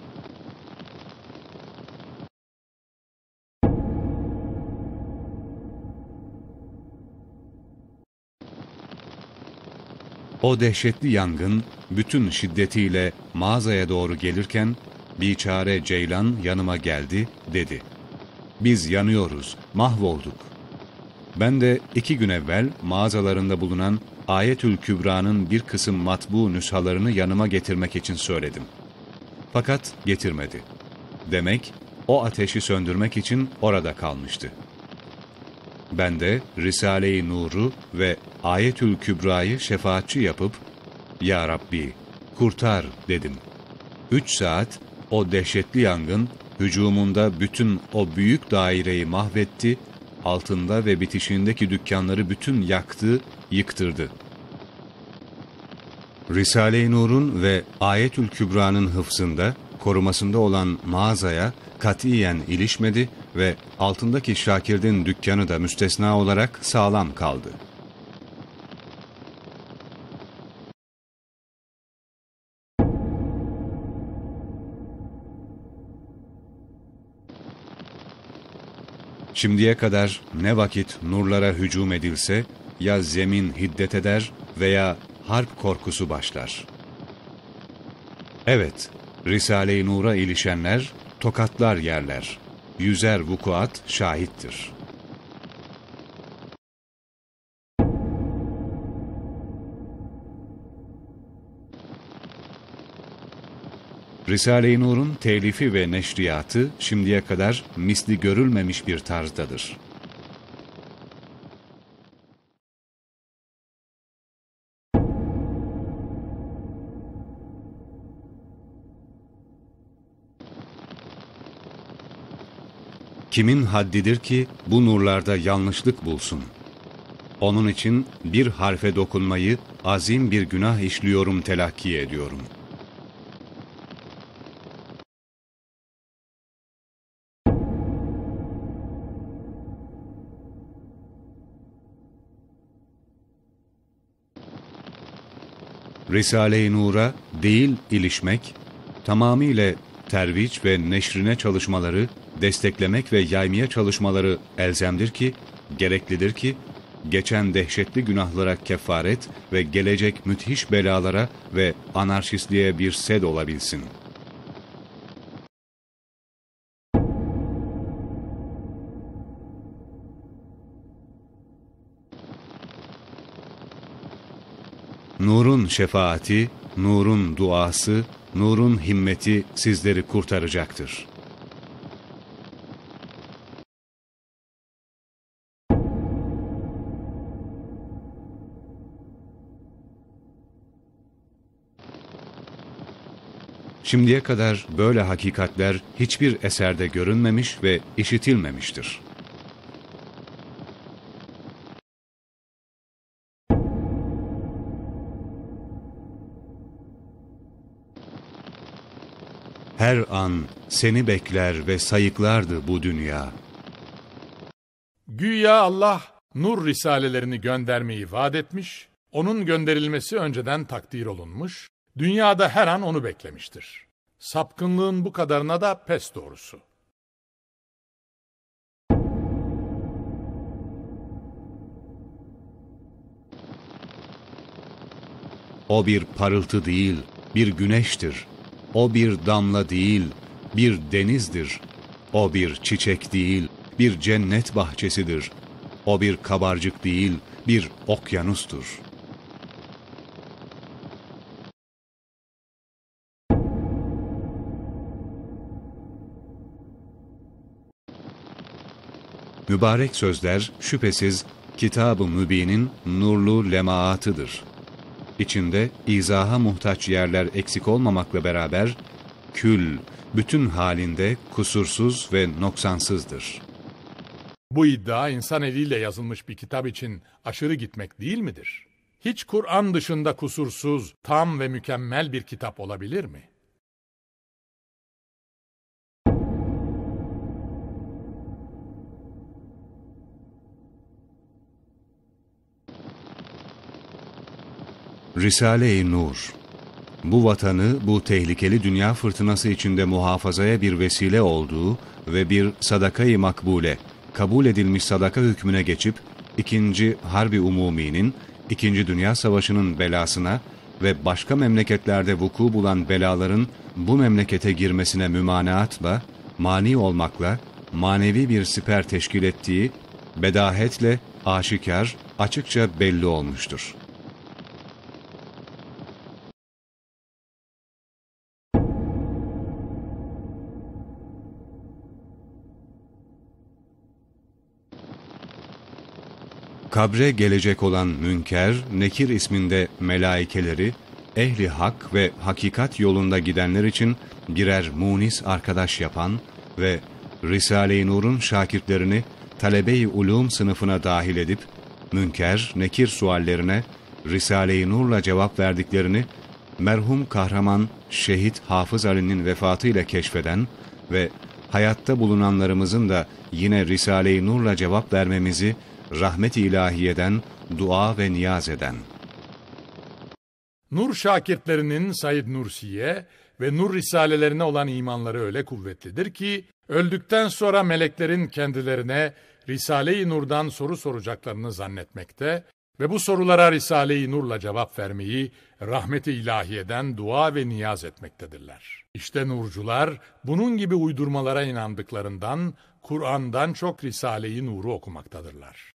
O dehşetli yangın, bütün şiddetiyle mağazaya doğru gelirken, biçare Ceylan yanıma geldi, dedi. Biz yanıyoruz, mahvolduk. Ben de 2 gün evvel mağazalarında bulunan Ayetül Kübra'nın bir kısım matbu nüshalarını yanıma getirmek için söyledim. Fakat getirmedi. Demek o ateşi söndürmek için orada kalmıştı. Ben de Risale-i Nur'u ve Ayetül Kübra'yı şefaatçi yapıp, Ya Rabbi, kurtar dedim. 3 saat o dehşetli yangın hücumunda bütün o büyük daireyi mahvetti, altında ve bitişiğindeki dükkanları bütün yaktı, yıktırdı. Risale-i Nur'un ve Ayetül Kübra'nın hıfzında, korumasında olan mağazaya katiyen ilişmedi ve altındaki Şakir'in dükkanı da müstesna olarak sağlam kaldı. Şimdiye kadar ne vakit nurlara hücum edilse, ya zemin hiddet eder veya harp korkusu başlar. Evet, Risale-i Nur'a ilişenler, tokatlar yerler. Yüzer vukuat şahittir. Risale-i Nur'un telifi ve neşriyatı şimdiye kadar misli görülmemiş bir tarzdadır. Kimin haddidir ki bu nurlarda yanlışlık bulsun? Onun için bir harfe dokunmayı azim bir günah işliyorum telakki ediyorum. Risale-i Nur'a değil ilişmek, tamamıyla terviç ve neşrine çalışmaları, desteklemek ve yaymaya çalışmaları elzemdir ki, gereklidir ki, geçen dehşetli günahlara kefaret ve gelecek müthiş belalara ve anarşistliğe bir sed olabilsin. Nur'un şefaati, Nur'un duası, Nur'un himmeti sizleri kurtaracaktır. Şimdiye kadar böyle hakikatler hiçbir eserde görünmemiş ve işitilmemiştir. Her an seni bekler ve sayıklardı bu dünya. Güya Allah nur risalelerini göndermeyi vaat etmiş, onun gönderilmesi önceden takdir olunmuş, dünyada her an onu beklemiştir. Sapkınlığın bu kadarına da pes doğrusu. O bir parıltı değil, bir güneştir. O bir damla değil, bir denizdir. O bir çiçek değil, bir cennet bahçesidir. O bir kabarcık değil, bir okyanustur. Mübarek sözler şüphesiz Kitab-ı Mübin'in nurlu lemaatıdır. İçinde izaha muhtaç yerler eksik olmamakla beraber kül, bütün halinde kusursuz ve noksansızdır. Bu iddia insan eliyle yazılmış bir kitap için aşırı gitmek değil midir? Hiç Kur'an dışında kusursuz, tam ve mükemmel bir kitap olabilir mi? Risale-i Nur, bu vatanı bu tehlikeli dünya fırtınası içinde muhafazaya bir vesile olduğu ve bir sadaka-i makbule, kabul edilmiş sadaka hükmüne geçip, 2. Harbi Umumi'nin, 2. Dünya Savaşı'nın belasına ve başka memleketlerde vuku bulan belaların bu memlekete girmesine mümanaatla, mani olmakla, manevi bir siper teşkil ettiği, bedahetle, aşikar, açıkça belli olmuştur. Kabre gelecek olan Münker, Nekir isminde melaikeleri, ehli hak ve hakikat yolunda gidenler için birer munis arkadaş yapan ve Risale-i Nur'un şakirtlerini talebe-i ulûm sınıfına dahil edip, Münker, Nekir suallerine Risale-i Nur'la cevap verdiklerini merhum kahraman şehit Hafız Ali'nin vefatıyla keşfeden ve hayatta bulunanlarımızın da yine Risale-i Nur'la cevap vermemizi rahmet-i ilahiyeden dua ve niyaz eden. Nur şakirtlerinin Said Nursi'ye ve Nur risalelerine olan imanları öyle kuvvetlidir ki, öldükten sonra meleklerin kendilerine Risale-i Nur'dan soru soracaklarını zannetmekte ve bu sorulara Risale-i Nur'la cevap vermeyi rahmet-i ilahiyeden dua ve niyaz etmektedirler. İşte nurcular bunun gibi uydurmalara inandıklarından Kur'an'dan çok Risale-i Nur'u okumaktadırlar.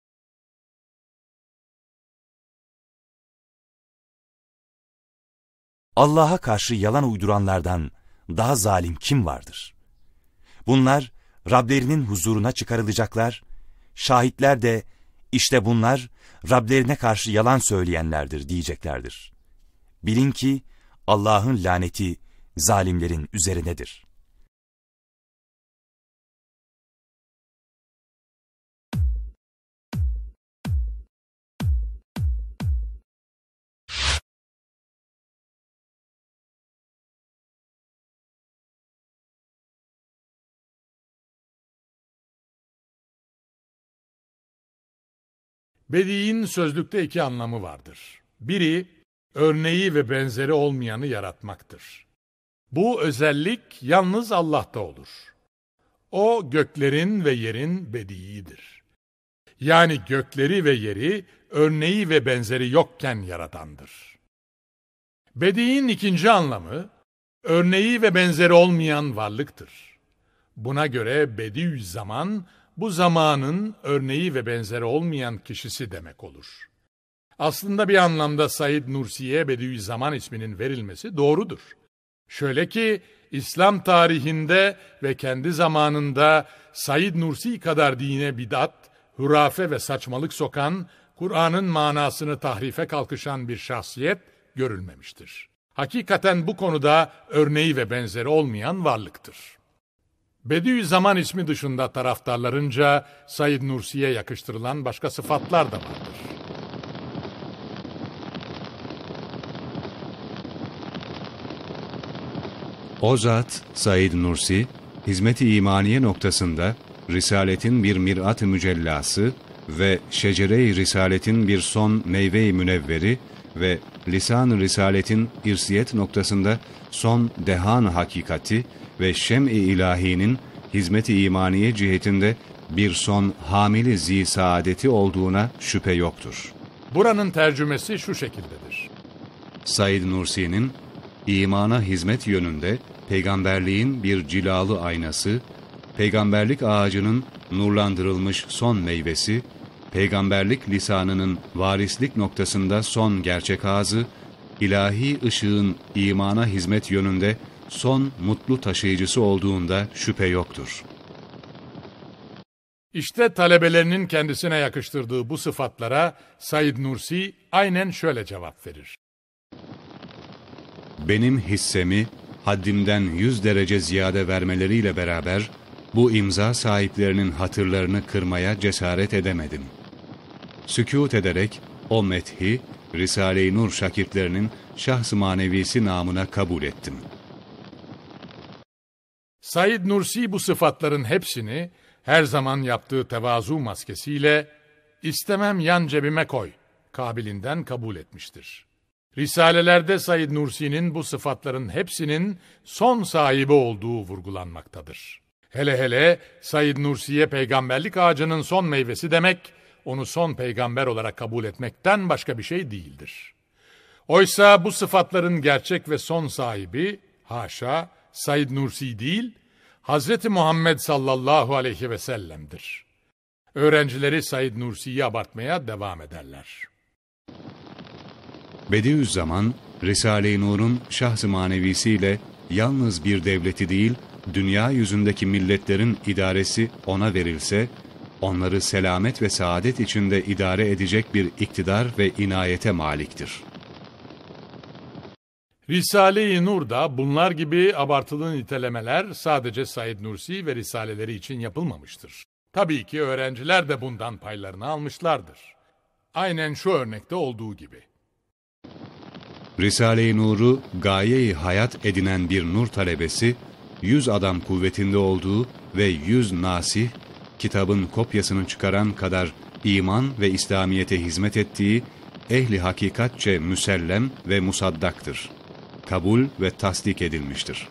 Allah'a karşı yalan uyduranlardan daha zalim kim vardır? Bunlar Rablerinin huzuruna çıkarılacaklar, şahitler de işte bunlar Rablerine karşı yalan söyleyenlerdir diyeceklerdir. Bilin ki Allah'ın laneti zalimlerin üzerinedir. Bedi'in sözlükte 2 anlamı vardır. Biri, örneği ve benzeri olmayanı yaratmaktır. Bu özellik yalnız Allah'ta olur. O göklerin ve yerin bediidir. Yani gökleri ve yeri örneği ve benzeri yokken yaratandır. Bedi'in 2. anlamı, örneği ve benzeri olmayan varlıktır. Buna göre Bediüzzaman, bu zamanın örneği ve benzeri olmayan kişisi demek olur. Aslında bir anlamda Said Nursi'ye Bediüzzaman isminin verilmesi doğrudur. Şöyle ki, İslam tarihinde ve kendi zamanında Said Nursi kadar dine bid'at, hurafe ve saçmalık sokan, Kur'an'ın manasını tahrife kalkışan bir şahsiyet görülmemiştir. Hakikaten bu konuda örneği ve benzeri olmayan varlıktır. Bediüzzaman ismi dışında taraftarlarınca Said Nursi'ye yakıştırılan başka sıfatlar da vardır. O zat Said Nursi, hizmet-i imaniye noktasında Risaletin bir mirat-ı mücellası ve şecere-i Risaletin bir son meyve-i münevveri ve lisan-ı risaletin irsiyet noktasında son dehan hakikati ve şem-i ilahinin hizmet-i imaniye cihetinde bir son hamili zi saadeti olduğuna şüphe yoktur. Buranın tercümesi şu şekildedir. Said Nursi'nin imana hizmet yönünde peygamberliğin bir cilalı aynası, peygamberlik ağacının nurlandırılmış son meyvesi, peygamberlik lisanının varislik noktasında son gerçek ağzı, ilahi ışığın imana hizmet yönünde son mutlu taşıyıcısı olduğunda şüphe yoktur. İşte talebelerinin kendisine yakıştırdığı bu sıfatlara Said Nursi aynen şöyle cevap verir. Benim hissemi haddimden 100 derece ziyade vermeleriyle beraber bu imza sahiplerinin hatırlarını kırmaya cesaret edemedim. Sükût ederek o methi Risale-i Nur şakirtlerinin şahs-ı manevisi namına kabul ettim. Said Nursi bu sıfatların hepsini her zaman yaptığı tevazu maskesiyle "İstemem yan cebime koy" kabilinden kabul etmiştir. Risalelerde Said Nursi'nin bu sıfatların hepsinin son sahibi olduğu vurgulanmaktadır. Hele hele Said Nursi'ye peygamberlik ağacının son meyvesi demek, onu son peygamber olarak kabul etmekten başka bir şey değildir. Oysa bu sıfatların gerçek ve son sahibi, haşa, Said Nursi değil, Hazreti Muhammed sallallahu aleyhi ve sellem'dir. Öğrencileri Said Nursi'yi abartmaya devam ederler. Bediüzzaman, Risale-i Nur'un şahs-ı manevisiyle yalnız bir devleti değil, dünya yüzündeki milletlerin idaresi ona verilse, onları selamet ve saadet içinde idare edecek bir iktidar ve inayete maliktir. Risale-i Nur'da bunlar gibi abartılı nitelemeler sadece Said Nursi ve risaleleri için yapılmamıştır. Tabii ki öğrenciler de bundan paylarını almışlardır. Aynen şu örnekte olduğu gibi. Risale-i Nur'u gaye-i hayat edinen bir nur talebesi, 100 adam kuvvetinde olduğu ve 100 nasih, kitabın kopyasını çıkaran kadar iman ve İslamiyet'e hizmet ettiği ehli hakikatçe müsellem ve musaddaktır. Kabul ve tasdik edilmiştir.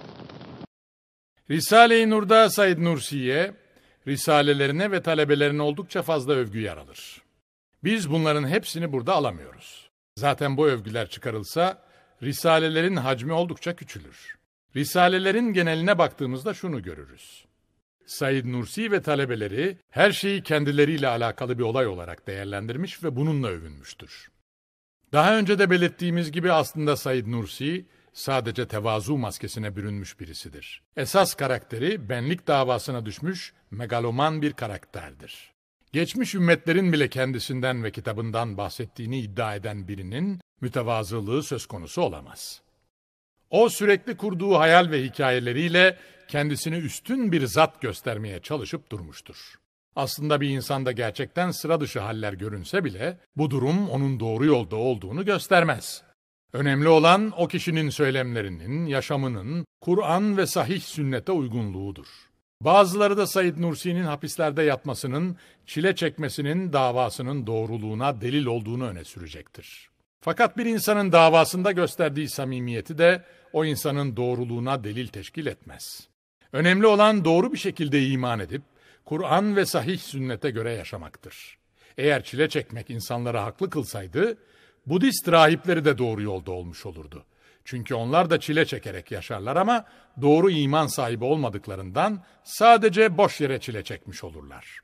Risale-i Nur'da Said Nursi'ye, risalelerine ve talebelerine oldukça fazla övgü yer alır. Biz bunların hepsini burada alamıyoruz. Zaten bu övgüler çıkarılsa, risalelerin hacmi oldukça küçülür. Risalelerin geneline baktığımızda şunu görürüz. Said Nursi ve talebeleri her şeyi kendileriyle alakalı bir olay olarak değerlendirmiş ve bununla övünmüştür. Daha önce de belirttiğimiz gibi aslında Said Nursi sadece tevazu maskesine bürünmüş birisidir. Esas karakteri benlik davasına düşmüş megaloman bir karakterdir. Geçmiş ümmetlerin bile kendisinden ve kitabından bahsettiğini iddia eden birinin mütevazılığı söz konusu olamaz. O sürekli kurduğu hayal ve hikayeleriyle kendisini üstün bir zat göstermeye çalışıp durmuştur. Aslında bir insanda gerçekten sıra dışı haller görünse bile bu durum onun doğru yolda olduğunu göstermez. Önemli olan o kişinin söylemlerinin, yaşamının Kur'an ve sahih sünnete uygunluğudur. Bazıları da Said Nursi'nin hapislerde yatmasının, çile çekmesinin davasının doğruluğuna delil olduğunu öne sürecektir. Fakat bir insanın davasında gösterdiği samimiyeti de o insanın doğruluğuna delil teşkil etmez. Önemli olan doğru bir şekilde iman edip, Kur'an ve sahih sünnete göre yaşamaktır. Eğer çile çekmek insanları haklı kılsaydı, Budist rahipleri de doğru yolda olmuş olurdu. Çünkü onlar da çile çekerek yaşarlar ama doğru iman sahibi olmadıklarından sadece boş yere çile çekmiş olurlar.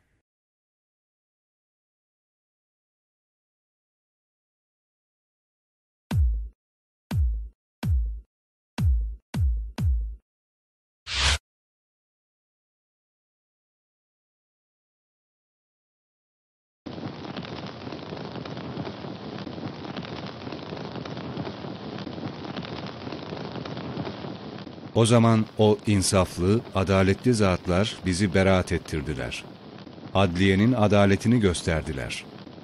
O zaman o insaflı, adaletli zatlar bizi beraat ettirdiler. Adliyenin adaletini gösterdiler.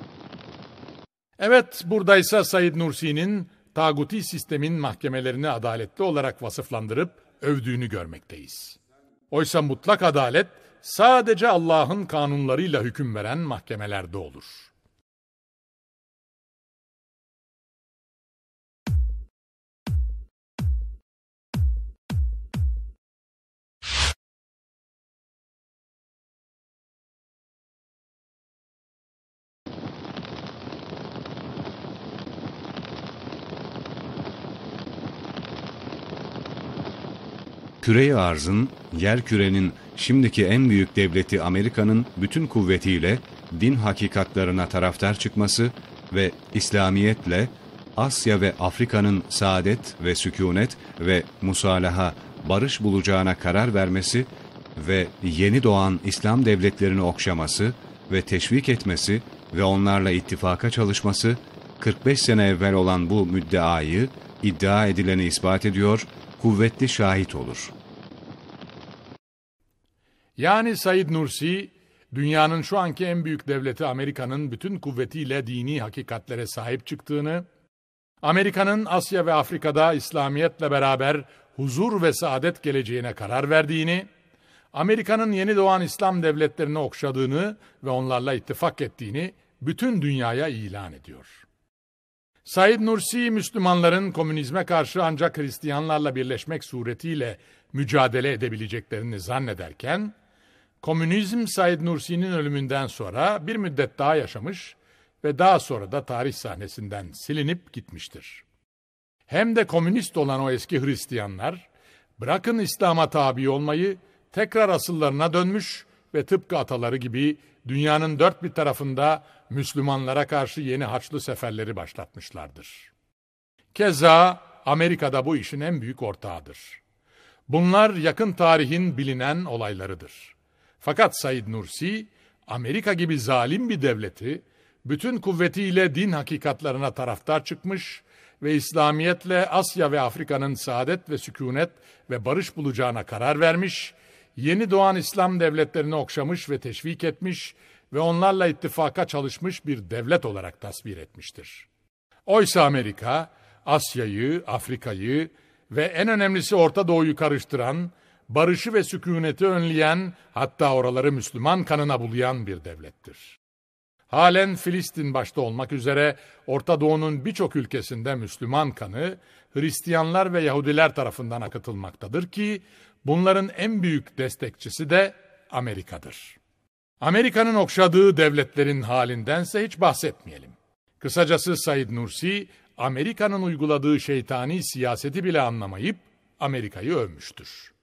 Evet, buradaysa Said Nursi'nin tağuti sistemin mahkemelerini adaletli olarak vasıflandırıp övdüğünü görmekteyiz. Oysa mutlak adalet sadece Allah'ın kanunlarıyla hüküm veren mahkemelerde olur. küre-i arzın, yerkürenin şimdiki en büyük devleti Amerika'nın bütün kuvvetiyle din hakikatlarına taraftar çıkması ve İslamiyetle Asya ve Afrika'nın saadet ve sükûnet ve musalaha, barış bulacağına karar vermesi ve yeni doğan İslam devletlerini okşaması ve teşvik etmesi ve onlarla ittifaka çalışması, 45 sene evvel olan bu müddeayı, iddia edileni ispat ediyor, kuvvetli şahit olur. Yani Said Nursi, dünyanın şu anki en büyük devleti Amerika'nın bütün kuvvetiyle dini hakikatlere sahip çıktığını, Amerika'nın Asya ve Afrika'da İslamiyetle beraber huzur ve saadet geleceğine karar verdiğini, Amerika'nın yeni doğan İslam devletlerini okşadığını ve onlarla ittifak ettiğini bütün dünyaya ilan ediyor. Said Nursi, Müslümanların komünizme karşı ancak Hristiyanlarla birleşmek suretiyle mücadele edebileceklerini zannederken, komünizm Said Nursi'nin ölümünden sonra bir müddet daha yaşamış ve daha sonra da tarih sahnesinden silinip gitmiştir. Hem de komünist olan o eski Hristiyanlar, bırakın İslam'a tabi olmayı, tekrar asıllarına dönmüş ve tıpkı ataları gibi dünyanın dört bir tarafında Müslümanlara karşı yeni haçlı seferleri başlatmışlardır. Keza Amerika'da bu işin en büyük ortağıdır. Bunlar yakın tarihin bilinen olaylarıdır. Fakat Said Nursi, Amerika gibi zalim bir devleti, bütün kuvvetiyle din hakikatlarına taraftar çıkmış ve İslamiyetle Asya ve Afrika'nın saadet ve sükûnet ve barış bulacağına karar vermiş, yeni doğan İslam devletlerini okşamış ve teşvik etmiş ve onlarla ittifaka çalışmış bir devlet olarak tasvir etmiştir. Oysa Amerika, Asya'yı, Afrika'yı ve en önemlisi Orta Doğu'yu karıştıran, barışı ve sükûneti önleyen, hatta oraları Müslüman kanına bulayan bir devlettir. Halen Filistin başta olmak üzere Orta Doğu'nun birçok ülkesinde Müslüman kanı, Hristiyanlar ve Yahudiler tarafından akıtılmaktadır ki, bunların en büyük destekçisi de Amerika'dır. Amerika'nın okşadığı devletlerin halindense hiç bahsetmeyelim. Kısacası Said Nursi, Amerika'nın uyguladığı şeytani siyaseti bile anlamayıp Amerika'yı övmüştür.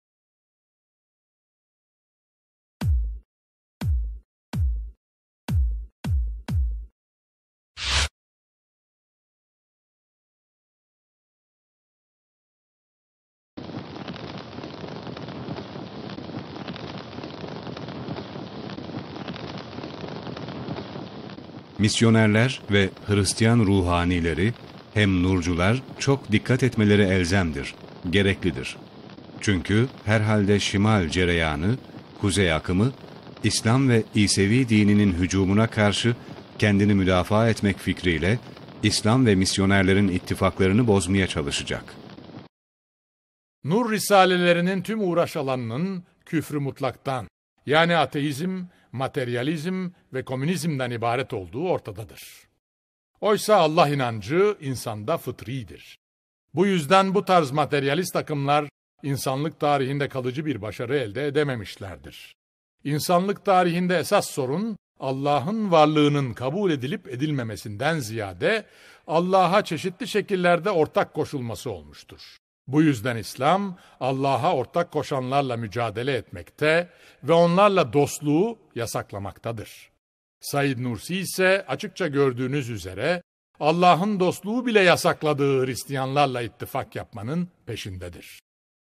Misyonerler ve Hristiyan ruhanileri, hem nurcular çok dikkat etmeleri elzemdir, gereklidir. Çünkü herhalde şimal cereyanı, kuzey akımı, İslam ve İsevi dininin hücumuna karşı kendini müdafaa etmek fikriyle İslam ve misyonerlerin ittifaklarını bozmaya çalışacak. Nur risalelerinin tüm uğraş alanının küfrü mutlaktan, yani ateizm, materyalizm ve komünizmden ibaret olduğu ortadadır. Oysa Allah inancı insanda fıtridir. Bu yüzden bu tarz materyalist akımlar insanlık tarihinde kalıcı bir başarı elde edememişlerdir. İnsanlık tarihinde esas sorun Allah'ın varlığının kabul edilip edilmemesinden ziyade Allah'a çeşitli şekillerde ortak koşulması olmuştur. Bu yüzden İslam, Allah'a ortak koşanlarla mücadele etmekte ve onlarla dostluğu yasaklamaktadır. Said Nursi ise açıkça gördüğünüz üzere, Allah'ın dostluğu bile yasakladığı Hristiyanlarla ittifak yapmanın peşindedir.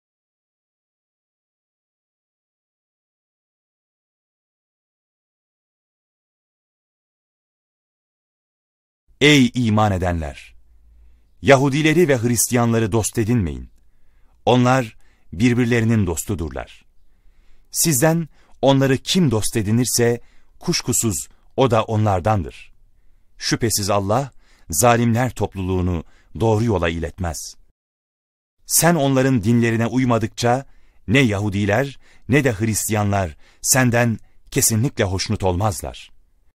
Ey iman edenler! Yahudileri ve Hristiyanları dost edinmeyin. Onlar birbirlerinin dostudurlar. Sizden onları kim dost edinirse kuşkusuz o da onlardandır. Şüphesiz Allah zalimler topluluğunu doğru yola iletmez. Sen onların dinlerine uymadıkça ne Yahudiler ne de Hristiyanlar senden kesinlikle hoşnut olmazlar.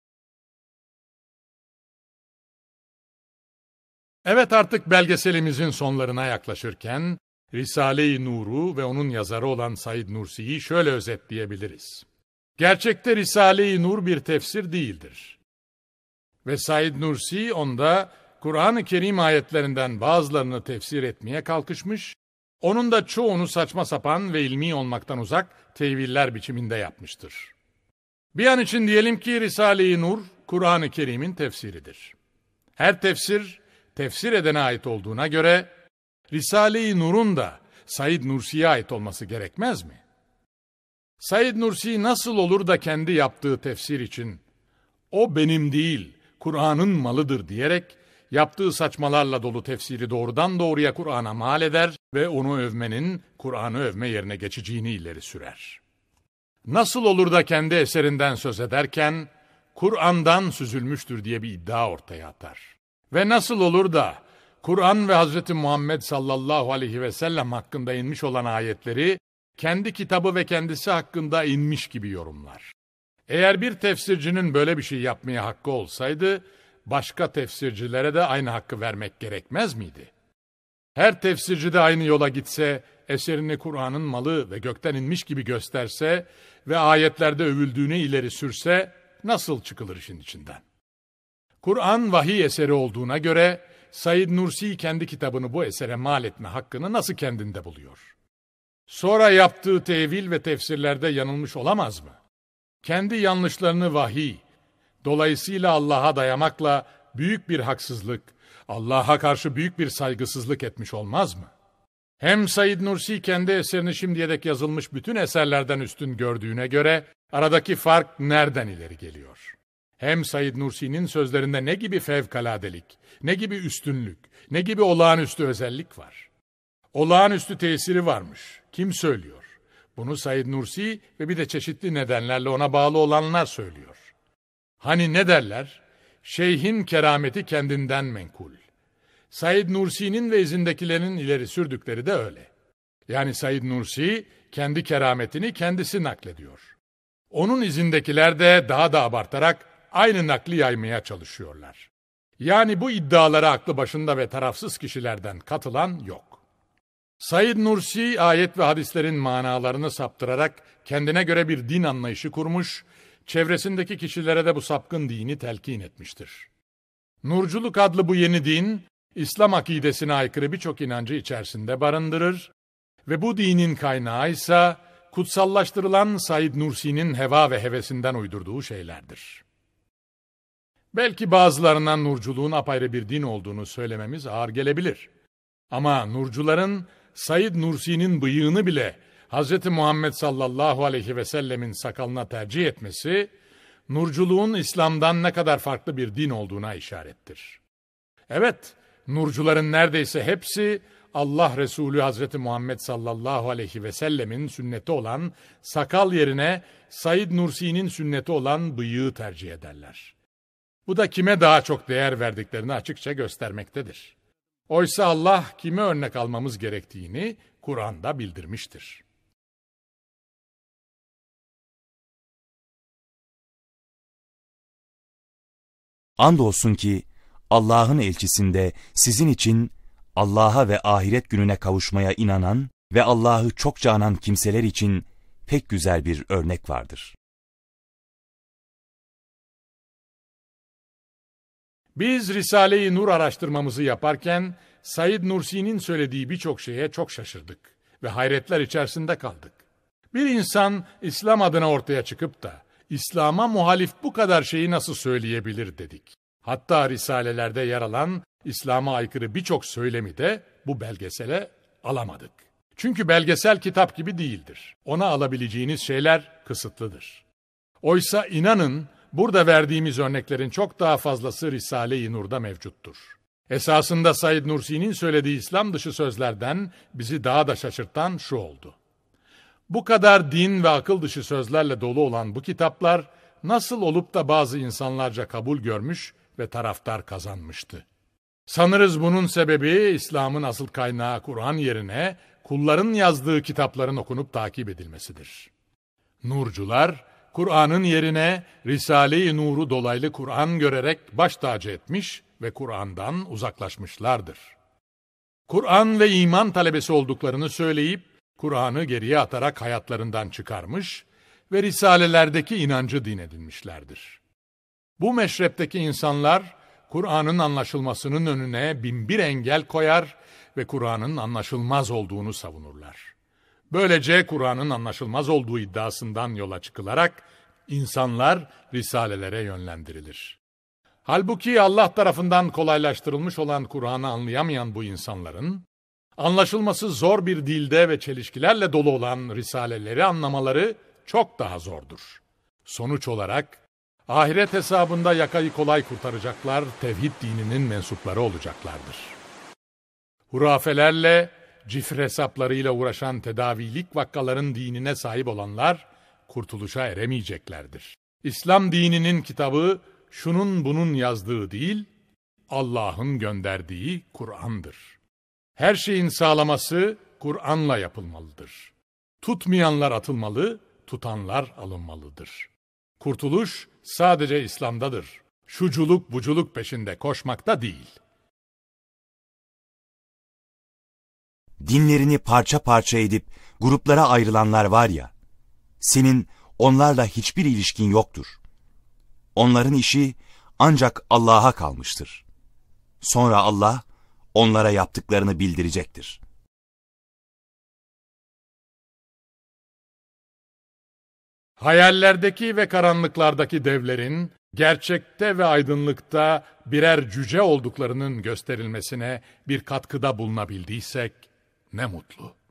Evet, artık belgeselimizin sonlarına yaklaşırken Risale-i Nur'u ve onun yazarı olan Said Nursi'yi şöyle özetleyebiliriz. Gerçekte Risale-i Nur bir tefsir değildir. Ve Said Nursi onda Kur'an-ı Kerim ayetlerinden bazılarını tefsir etmeye kalkışmış Onun da çoğunu saçma sapan ve ilmi olmaktan uzak teviller biçiminde yapmıştır. Bir an için diyelim ki Risale-i Nur, Kur'an-ı Kerim'in tefsiridir. Her tefsir, tefsir edene ait olduğuna göre, Risale-i Nur'un da Said Nursi'ye ait olması gerekmez mi? Said Nursi nasıl olur da kendi yaptığı tefsir için, o benim değil, Kur'an'ın malıdır diyerek, yaptığı saçmalarla dolu tefsiri doğrudan doğruya Kur'an'a mal eder ve onu övmenin Kur'an'ı övme yerine geçeceğini ileri sürer. Nasıl olur da kendi eserinden söz ederken, Kur'an'dan süzülmüştür diye bir iddia ortaya atar. Ve nasıl olur da, Kur'an ve Hz. Muhammed sallallahu aleyhi ve sellem hakkında inmiş olan ayetleri, kendi kitabı ve kendisi hakkında inmiş gibi yorumlar. Eğer bir tefsircinin böyle bir şey yapmaya hakkı olsaydı, başka tefsircilere de aynı hakkı vermek gerekmez miydi? Her tefsirci de aynı yola gitse, eserini Kur'an'ın malı ve gökten inmiş gibi gösterse ve ayetlerde övüldüğünü ileri sürse, nasıl çıkılır işin içinden? Kur'an vahiy eseri olduğuna göre, Said Nursi kendi kitabını bu esere mal etme hakkını nasıl kendinde buluyor? Sonra yaptığı tevil ve tefsirlerde yanılmış olamaz mı? Kendi yanlışlarını vahiy, dolayısıyla Allah'a dayamakla büyük bir haksızlık, Allah'a karşı büyük bir saygısızlık etmiş olmaz mı? Hem Said Nursi kendi eserini şimdiye dek yazılmış bütün eserlerden üstün gördüğüne göre aradaki fark nereden ileri geliyor? Hem Said Nursi'nin sözlerinde ne gibi fevkaladelik, ne gibi üstünlük, ne gibi olağanüstü özellik var? Olağanüstü tesiri varmış. Kim söylüyor? Bunu Said Nursi ve bir de çeşitli nedenlerle ona bağlı olanlar söylüyor. Hani ne derler? Şeyhin kerameti kendinden menkul. Said Nursi'nin ve izindekilerin ileri sürdükleri de öyle. Yani Said Nursi kendi kerametini kendisi naklediyor. Onun izindekiler de daha da abartarak aynı nakli yaymaya çalışıyorlar. Yani bu iddialara aklı başında ve tarafsız kişilerden katılan yok. Said Nursi ayet ve hadislerin manalarını saptırarak kendine göre bir din anlayışı kurmuş, çevresindeki kişilere de bu sapkın dini telkin etmiştir. Nurculuk adlı bu yeni din, İslam akidesine aykırı birçok inancı içerisinde barındırır ve bu dinin kaynağı ise kutsallaştırılan Said Nursi'nin heva ve hevesinden uydurduğu şeylerdir. Belki bazılarına nurculuğun apayrı bir din olduğunu söylememiz ağır gelebilir. Ama nurcuların Said Nursi'nin bıyığını bile Hz. Muhammed sallallahu aleyhi ve sellemin sakalına tercih etmesi, nurculuğun İslam'dan ne kadar farklı bir din olduğuna işarettir. Evet, nurcuların neredeyse hepsi Allah Resulü Hz. Muhammed sallallahu aleyhi ve sellemin sünneti olan sakal yerine Said Nursi'nin sünneti olan bıyığı tercih ederler. Bu da kime daha çok değer verdiklerini açıkça göstermektedir. Oysa Allah kime örnek almamız gerektiğini Kur'an'da bildirmiştir. Andolsun ki Allah'ın elçisinde sizin için Allah'a ve ahiret gününe kavuşmaya inanan ve Allah'ı çokça anan kimseler için pek güzel bir örnek vardır. Biz Risale-i Nur araştırmamızı yaparken Said Nursi'nin söylediği birçok şeye çok şaşırdık ve hayretler içerisinde kaldık. Bir insan İslam adına ortaya çıkıp da İslam'a muhalif bu kadar şeyi nasıl söyleyebilir dedik. Hatta risalelerde yer alan İslam'a aykırı birçok söylemi de bu belgesele alamadık. Çünkü belgesel kitap gibi değildir. Ona alabileceğiniz şeyler kısıtlıdır. Oysa inanın burada verdiğimiz örneklerin çok daha fazlası Risale-i Nur'da mevcuttur. Esasında Said Nursi'nin söylediği İslam dışı sözlerden bizi daha da şaşırtan şu oldu. Bu kadar din ve akıl dışı sözlerle dolu olan bu kitaplar nasıl olup da bazı insanlarca kabul görmüş ve taraftar kazanmıştı? Sanırız bunun sebebi İslam'ın asıl kaynağı Kur'an yerine kulların yazdığı kitapların okunup takip edilmesidir. Nurcular, Kur'an'ın yerine Risale-i Nur'u dolaylı Kur'an görerek baş tacı etmiş ve Kur'an'dan uzaklaşmışlardır. Kur'an ve iman talebesi olduklarını söyleyip, Kur'an'ı geriye atarak hayatlarından çıkarmış ve risalelerdeki inancı din edinmişlerdir. Bu meşrepteki insanlar, Kur'an'ın anlaşılmasının önüne binbir engel koyar ve Kur'an'ın anlaşılmaz olduğunu savunurlar. Böylece Kur'an'ın anlaşılmaz olduğu iddiasından yola çıkılarak insanlar risalelere yönlendirilir. Halbuki Allah tarafından kolaylaştırılmış olan Kur'an'ı anlayamayan bu insanların, anlaşılması zor bir dilde ve çelişkilerle dolu olan risaleleri anlamaları çok daha zordur. Sonuç olarak, ahiret hesabında yakayı kolay kurtaracaklar, tevhid dininin mensupları olacaklardır. Hurafelerle, cifr hesaplarıyla uğraşan tedavilik vakkaların dinine sahip olanlar, kurtuluşa eremeyeceklerdir. İslam dininin kitabı, şunun bunun yazdığı değil, Allah'ın gönderdiği Kur'an'dır. Her şeyin sağlaması Kur'an'la yapılmalıdır. Tutmayanlar atılmalı, tutanlar alınmalıdır. Kurtuluş sadece İslam'dadır. Şuculuk buculuk peşinde koşmakta değil. Dinlerini parça parça edip gruplara ayrılanlar var ya, senin onlarla hiçbir ilişkin yoktur. Onların işi ancak Allah'a kalmıştır. Sonra Allah onlara yaptıklarını bildirecektir. Hayallerdeki ve karanlıklardaki devlerin, gerçekte ve aydınlıkta birer cüce olduklarının gösterilmesine bir katkıda bulunabildiysek ne mutlu.